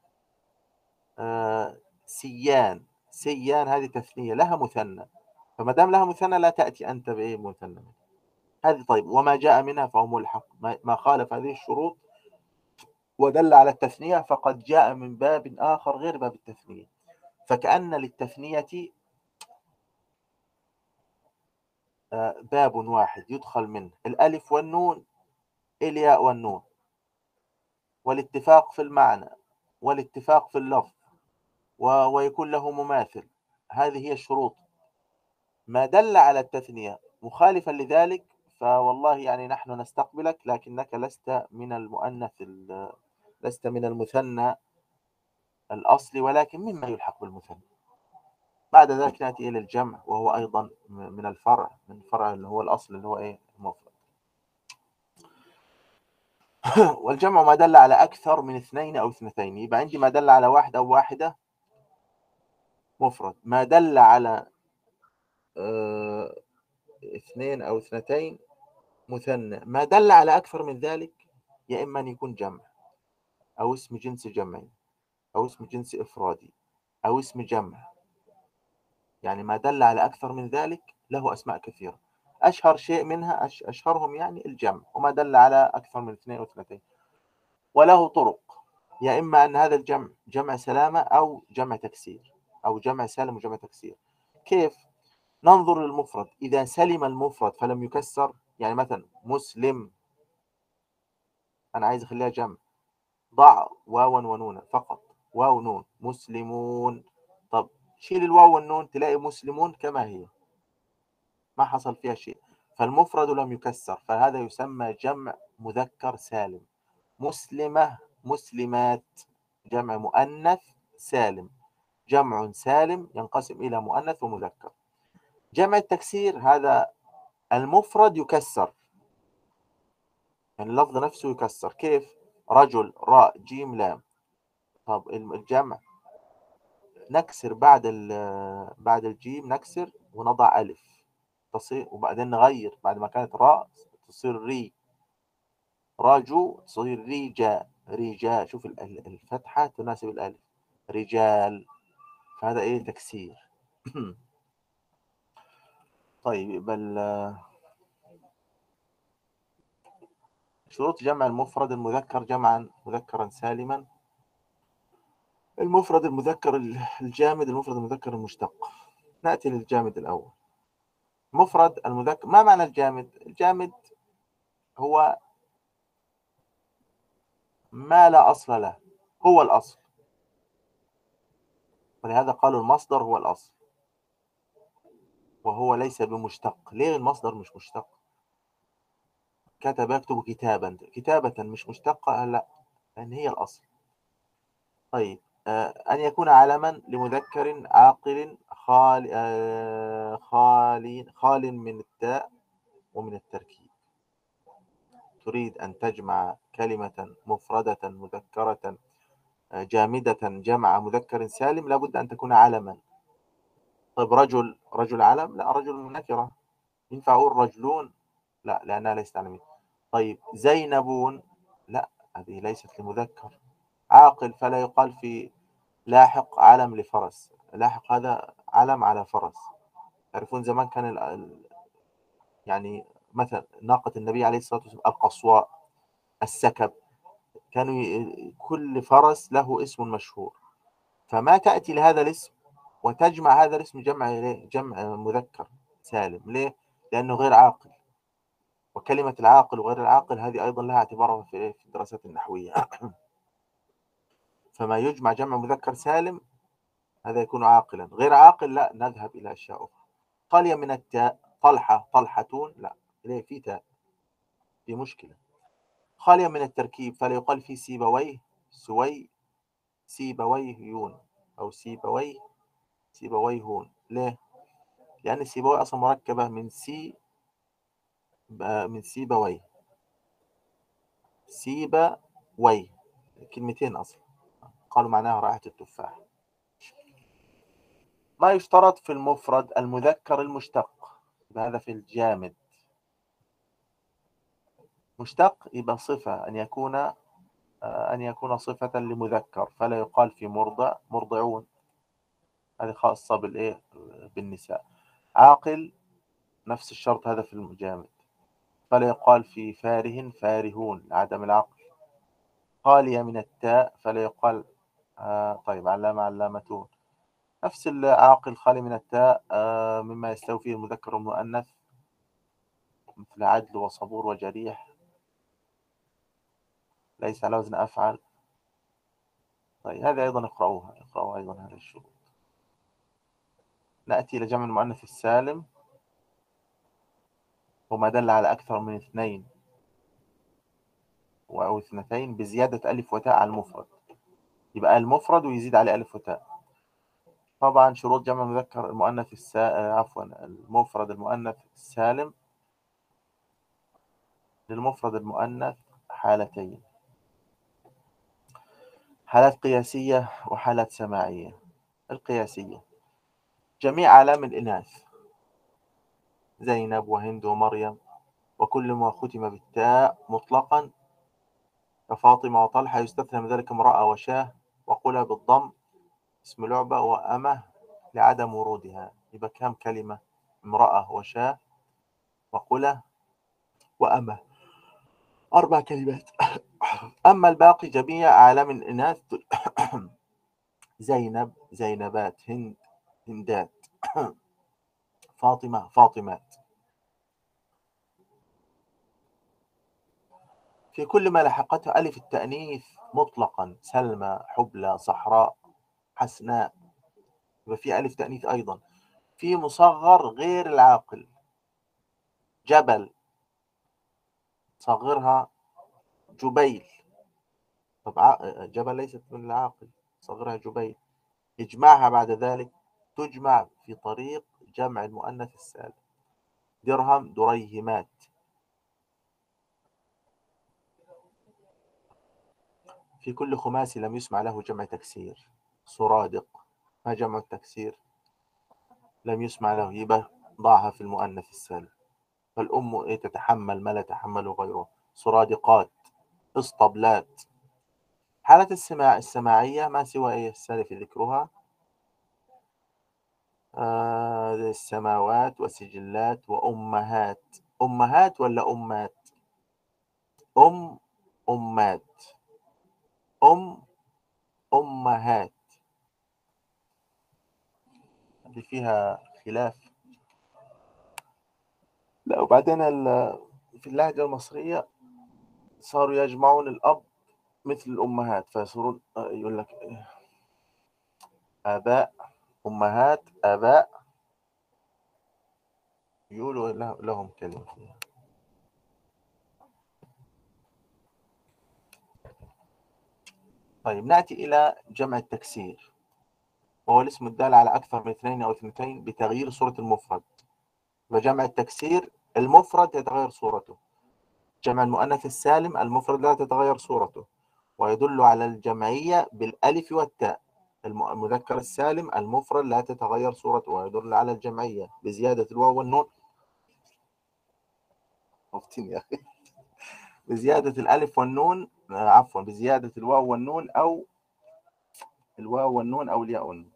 سيان، سيان هذه تثنية لها مثنى، فما دام لها مثنى لا تأتي أنت بإيه مثنى هذه. طيب وما جاء منها فهو ملحق، ما خالف هذه الشروط ودل على التثنية فقد جاء من باب آخر غير باب التثنية. فكأن للتثنية باب واحد يدخل منه الألف والنون، الياء والنون، والاتفاق في المعنى والاتفاق في اللفظ ويكون له مماثل. هذه هي الشروط. ما دل على التثنية مخالفا لذلك فوالله يعني نحن نستقبلك، لكنك لست من المؤنث، لست من المثنى الأصلي، ولكن مما يلحق بالمثنى. بعد ذلك نأتي إلى الجمع، وهو أيضا من الفرع، من الفرع اللي هو الأصل اللي هو إيه؟ المفرد. والجمع ما دل على أكثر من اثنين أو اثنتين، يبقى عندي ما دل على واحد أو واحدة مفرد، ما دل على اثنين أو اثنتين مثنى، ما دل على أكثر من ذلك يا إما أن يكون جمع أو اسم جنس جمعي أو اسم جنس إفرادي أو اسم جمع. يعني ما دل على أكثر من ذلك له أسماء كثيرة، أشهر شيء منها أشهرهم يعني الجمع، وما دل على أكثر من اثنين أو اثنتين. وله طرق، يا إما أن هذا الجمع جمع سلامة أو جمع تكسير أو جمع سالم وجمع تكسير. كيف؟ ننظر للمفرد، إذا سلم المفرد فلم يكسر، يعني مثلا مسلم أنا عايز أخليها جمع، ضع واوا ونونا فقط، واو نون، مسلمون. طب شيل الواو والنون تلاقي مسلمون كما هي، ما حصل فيها شيء، فالمفرد لم يكسر، فهذا يسمى جمع مذكر سالم. مسلمة، مسلمات، جمع مؤنث سالم. جمع سالم ينقسم إلى مؤنث ومذكر. جمع التكسير هذا المفرد يكسر، يعني اللفظ نفسه يكسر. كيف؟ رجل، راء، جيم، لام. طب الجمع نكسر بعد الجيم نكسر ونضع ألف تصير، وبعدين نغير بعد ما كانت راء تصير ري، راجو تصير ريجا، ريجا. شوف الفتحة تناسب الألف. رجال، فهذا إيه تكسير. طيب بل شروط جمع المفرد المذكر جمعا مذكرا سالما. المفرد المذكر الجامد، المفرد المذكر المشتق. نأتي للجامد الأول. مفرد المذكر، ما معنى الجامد؟ الجامد هو ما لا أصل له، هو الأصل، ولهذا قالوا المصدر هو الأصل، وهو ليس بمشتق. ليه المصدر مش مشتق؟ كتب يكتب كتابا، كتابة مش مشتقة؟ لا، لأن هي الأصل. طيب أن يكون علما لمذكر عاقل خال من التاء ومن التركيب. تريد أن تجمع كلمة مفردة مذكرة جامدة جمع مذكر سالم، لابد أن تكون علما. طيب رجل علم؟ لا، رجل نكرة. ينفع أقول رجلون؟ لا، لأنها ليست علمية. طيب زينبون؟ لا، هذه ليست لمذكر. عاقل، فلا يقال في لاحق علم لفرس. لاحق هذا علم على فرس. تعرفون زمان كان يعني مثلا ناقة النبي عليه الصلاة والسلام القصواء، السكب، كانوا كل فرس له اسم مشهور، فما تأتي لهذا الاسم وتجمع هذا الاسم جمع مذكر سالم. ليه؟ لأنه غير عاقل. وكلمة العاقل وغير العاقل هذه أيضا لها اعتبارها في الدراسات النحوية. فما يجمع جمع مذكر سالم هذا يكون عاقلا. غير عاقل لا، نذهب إلى أشياء أخرى. خالية من التاء، طلحة طلحتون، لا، ليه؟ في تاء، في مشكلة. خالية من التركيب، فلا يقال في سيبويه سيبويهيون، أو سيبويهون. ليه؟ لأن سيبويه أصلا مركبة من سيبويه، سيبويه، كلمتين أصلا، قالوا معناها رائحة التفاح. ما يشترط في المفرد المذكر المشتق، هذا في الجامد. مشتق يبقى صفة، أن يكون صفة لمذكر، فلا يقال في مرضعون، هذه خاصة بالإيه؟ بالنساء. عاقل نفس الشرط هذا في الجامد، فلا يقال في فارهون لعدم العقل. خالية من التاء، فلا يقال طيب علامتون. نفس العاقل خالي من التاء مما يستوي فيه المذكر والمؤنث، مثل عدل وصبور وجريح، ليس على وزن أفعل. طيب هذا أيضا اقرأوها أيضا هذا الشروط. نأتي إلى جمع المؤنث السالم، وما دل على أكثر من اثنين أو اثنتين بزيادة ألف وتاء على المفرد، يبقى المفرد ويزيد عليه ألف وتاء. طبعا شروط جمع المذكر المؤنث المفرد المؤنث السالم. للمفرد المؤنث حالتين، حالات قياسية وحالات سماعية. القياسية جميع علام الإناث، زينب وهند ومريم، وكل ما ختم بالتاء مطلقا كفاطمة وطلحة، يستثنى من ذلك امرأة وشاه، وقلها بالضم اسم لعبة، وأمه لعدم ورودها. يبقى كم كلمة؟ امرأة وشاه وقلة وأمه، 4 كلمات. أما الباقي جميع أعلام الإناث، زينب زينبات، هند هندات، فاطمة فاطمات. في كل ما لحقته ألف التأنيث مطلقا، سلمى حبلى صحراء حسناء، يبقى في ألف تأنيث أيضا. في مصغر غير العاقل، جبل، صغرها جبيل. طب جبل ليست من العاقل، صغرها جبيل. يجمعها بعد ذلك، تجمع في طريق جمع المؤنث السالم، درهم دريهمات. في كل خماسي لم يسمع له جمع تكسير، سرادق، ما جمع التكسير؟ لم يسمع له، يبقى ضعها في المؤنث السالم. فالأم إيه؟ تتحمل ما لا تحمله غيره. سرادقات، اسطبلات، حالة السماعية ما سوى إيه السالف ذكرها، السماوات وسجلات وأمهات. أمهات ولا أمات؟ أمات، أمهات، هذه فيها خلاف. لا وبعدين في اللهجة المصرية صاروا يجمعون الأب مثل الأمهات، فيصيرون يقول لك آباء، أمهات، آباء، يقولوا لهم كلمة فيها. طيب نأتي إلى جمع التكسير، وهو الاسم الدال على أكثر من اثنين أو اثنتين بتغيير صورة المفرد. وجمع التكسير المفرد يتغير صورته، جمع المؤنث السالم المفرد لا تتغير صورته، ويدل على الجمعية بالألف والتاء. المذكر السالم المفرد لا تتغير صورته، ويدل على الجمعية بزيادة الواو والنون. مفتين يا أخي. بزيادة الألف والنون، عفوا بزيادة الواو والنون أو الواو والنون أو الياء والنون.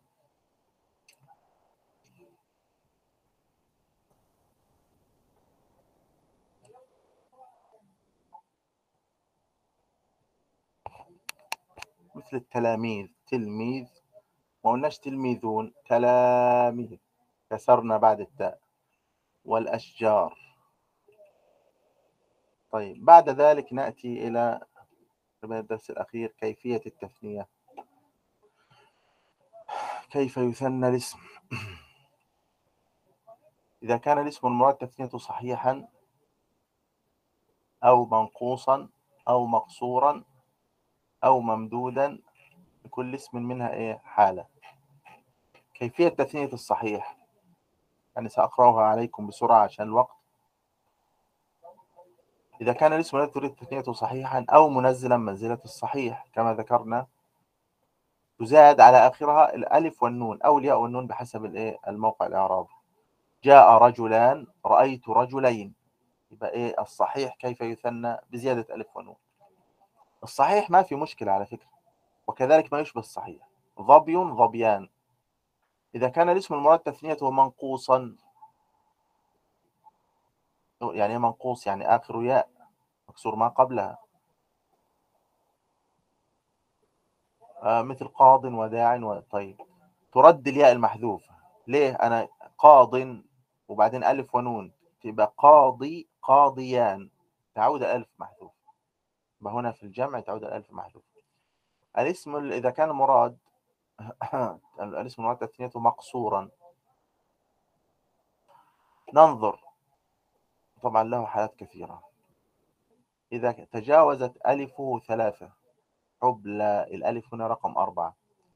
مثل التلاميذ، تلميذ، ما قلناش تلميذون، تلاميذ، كسرنا بعد التاء. والأشجار. طيب بعد ذلك نأتي إلى الدرس الأخير، كيفية التثنية. كيف يثنى الاسم؟ إذا كان الاسم المراد تثنيته صحيحا أو منقوصا أو مقصورا أو ممدودا، كل اسم منها إيه حالة. كيفية تثنية الصحيح يعني سأقرأها عليكم بسرعة عشان الوقت. إذا كان الاسم الذي تريد تثنيته صحيحا أو منزلا منزلة الصحيح كما ذكرنا، تزاد على آخرها الألف والنون أو الياء والنون بحسب الموقع الإعرابي. جاء رجلان، رأيت رجلين. يبقى الصحيح كيف يثنى؟ بزيادة ألف ونون. الصحيح ما في مشكلة على فكرة، وكذلك ما يشبه الصحيح، ظبي ظبيان. إذا كان الاسم المراد تثنيته منقوصا، يعني منقوص يعني آخر ياء مكسور ما قبلها، مثل قاض وداع طيب ترد الياء المحذوفة. ليه؟ أنا قاض وبعدين ألف ونون، تبقى قاضي قاضيان، تعود الألف محذوف. هنا في الجمع تعود الألف محذوف. الاسم إذا كان مراد الاسم المراد تثنيته مقصورا، ننظر، طبعا له حالات كثيرة. إذا تجاوزت ألفه ثلاثة، حبلى، الألف هنا رقم 4،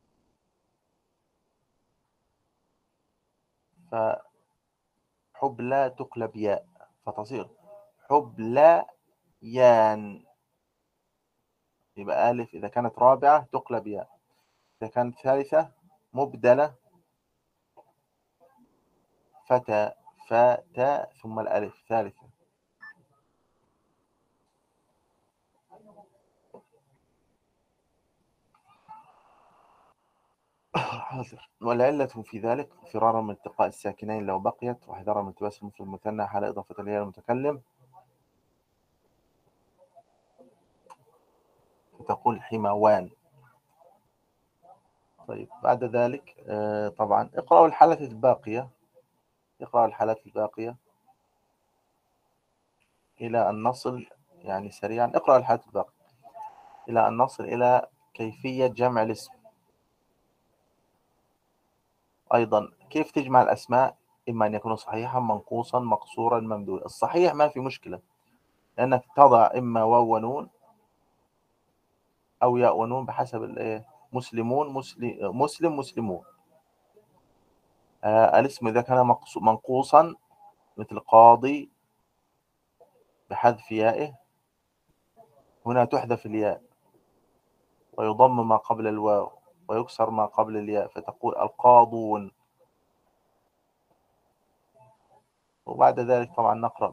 فحبلى تقلب ياء فتصير حبلى يان. يبقى ألف إذا كانت رابعة تقلب ياء، إذا كانت ثالثة مبدلة فتى فتى ثم الألف ثالثة. حاضر. والعلة في ذلك فرارا من التقاء الساكنين لو بقيت، واحذارا من التباس مثل المثنى حال إضافة الياء المتكلم، فتقول حموان. طيب بعد ذلك طبعا اقرأوا الحالات الباقية، اقرأوا الحالات الباقية إلى أن نصل، يعني سريعا اقرأوا الحالات الباقية إلى أن نصل إلى كيفية جمع الاسم. أيضا كيف تجمع الأسماء، إما أن يكون صحيحا منقوصا مقصورا ممدودا. الصحيح ما في مشكلة، لأنك تضع إما واو ونون أو ياء ونون بحسب مسلمون مسلم مسلمون. الاسم إذا كان منقوصا مثل قاضي بحذف يائه، هنا تحذف الياء ويضم ما قبل الواو ويكسر ما قبل الياء، فتقول القاضون. وبعد ذلك طبعا نقرأ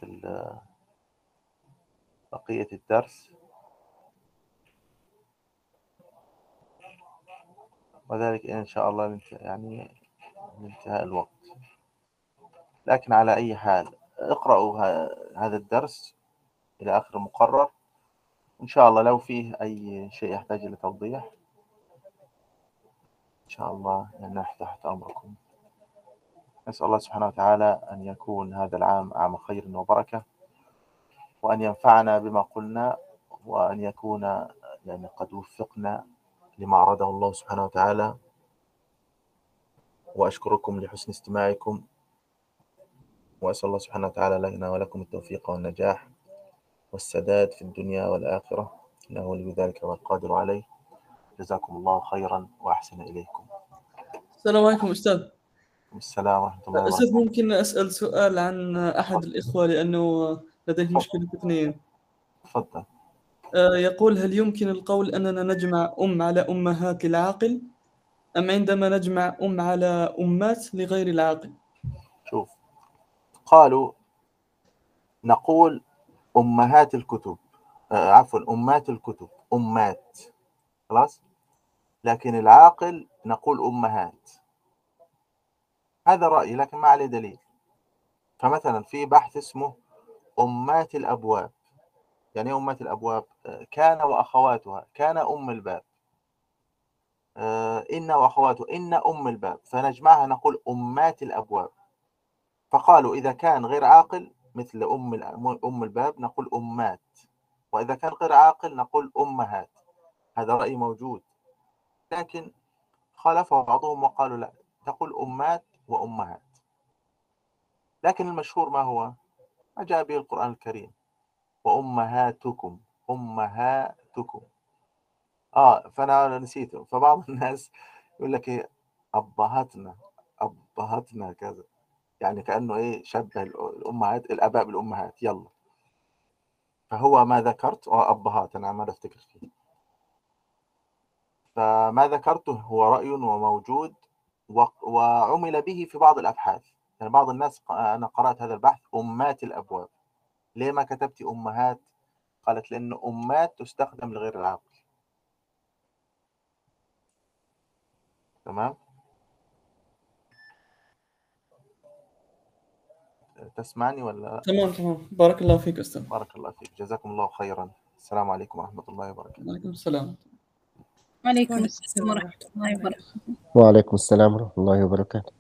بقية الدرس. وذلك إن شاء الله يعني لانتهاء الوقت. لكن على أي حال اقرأوا هذا الدرس إلى آخر المقرر، إن شاء الله لو فيه أي شيء يحتاج إلى توضيح إن شاء الله يعني تحت أمركم. نسأل الله سبحانه وتعالى أن يكون هذا العام عام خير وبركة، وأن ينفعنا بما قلنا، وأن يكون يعني قد وفقنا لما أراده الله سبحانه وتعالى. وأشكركم لحسن استماعكم، وأسأل الله سبحانه وتعالى لنا ولكم التوفيق والنجاح والسداد في الدنيا والآخرة، إنه ولي ذلك والقادر عليه. جزاكم الله خيرا وأحسن إليكم. السلام عليكم أستاذ. السلام ورحمة الله أستاذ وبركاته. ممكن أسأل سؤال عن أحد الإخوة لأنه لديه مشكلة تقنية. تفضل. يقول: هل يمكن القول أننا نجمع على أمهات للعاقل، أم عندما نجمع على أمات لغير العاقل؟ شوف، قالوا نقول أمهات الكتب، عفوا أمات الكتب، أمات، خلاص، لكن العاقل نقول أمهات. هذا رأيي لكن ما عليه دليل. فمثلا في بحث اسمه أمات الأبواب. يعني أمات الأبواب كان وأخواتها، كان أم الباب، إن وأخواته، إن أم الباب، فنجمعها نقول أمات الأبواب. فقالوا إذا كان غير عاقل مثل أم الباب نقول أمات، وإذا كان غير عاقل نقول أمهات. هذا رأي موجود، لكن خالفه بعضهم وقالوا لا، تقول أمات وأمهات. لكن المشهور ما هو؟ ما جاء به القرآن الكريم: وأمهاتكم، أمهاتكم. فأنا نسيته. فبعض الناس يقول لك إيه، أبهاتنا، أبهاتنا كذا، يعني كأنه إيه، شبه الأمهات، الآباء بالأمهات. يلا، فهو ما ذكرت أبهات، أنا ما أفتكر فيه. فما ذكرته هو رأي وموجود وعمل به في بعض الأبحاث. يعني بعض الناس، أنا قرأت هذا البحث أمات الأبواب، ليه ما كتبت أمهات؟ قالت لأن أمات تستخدم لغير العاقل. تمام؟ تسمعني ولا؟ تمام. بارك الله فيك أستاذ. بارك الله فيك، جزاكم الله خيرا. السلام عليكم ورحمة الله وبركاته. وعليكم السلام. وعليكم السلام ورحمة الله وبركاته. وعليكم السلام ورحمة الله وبركاته.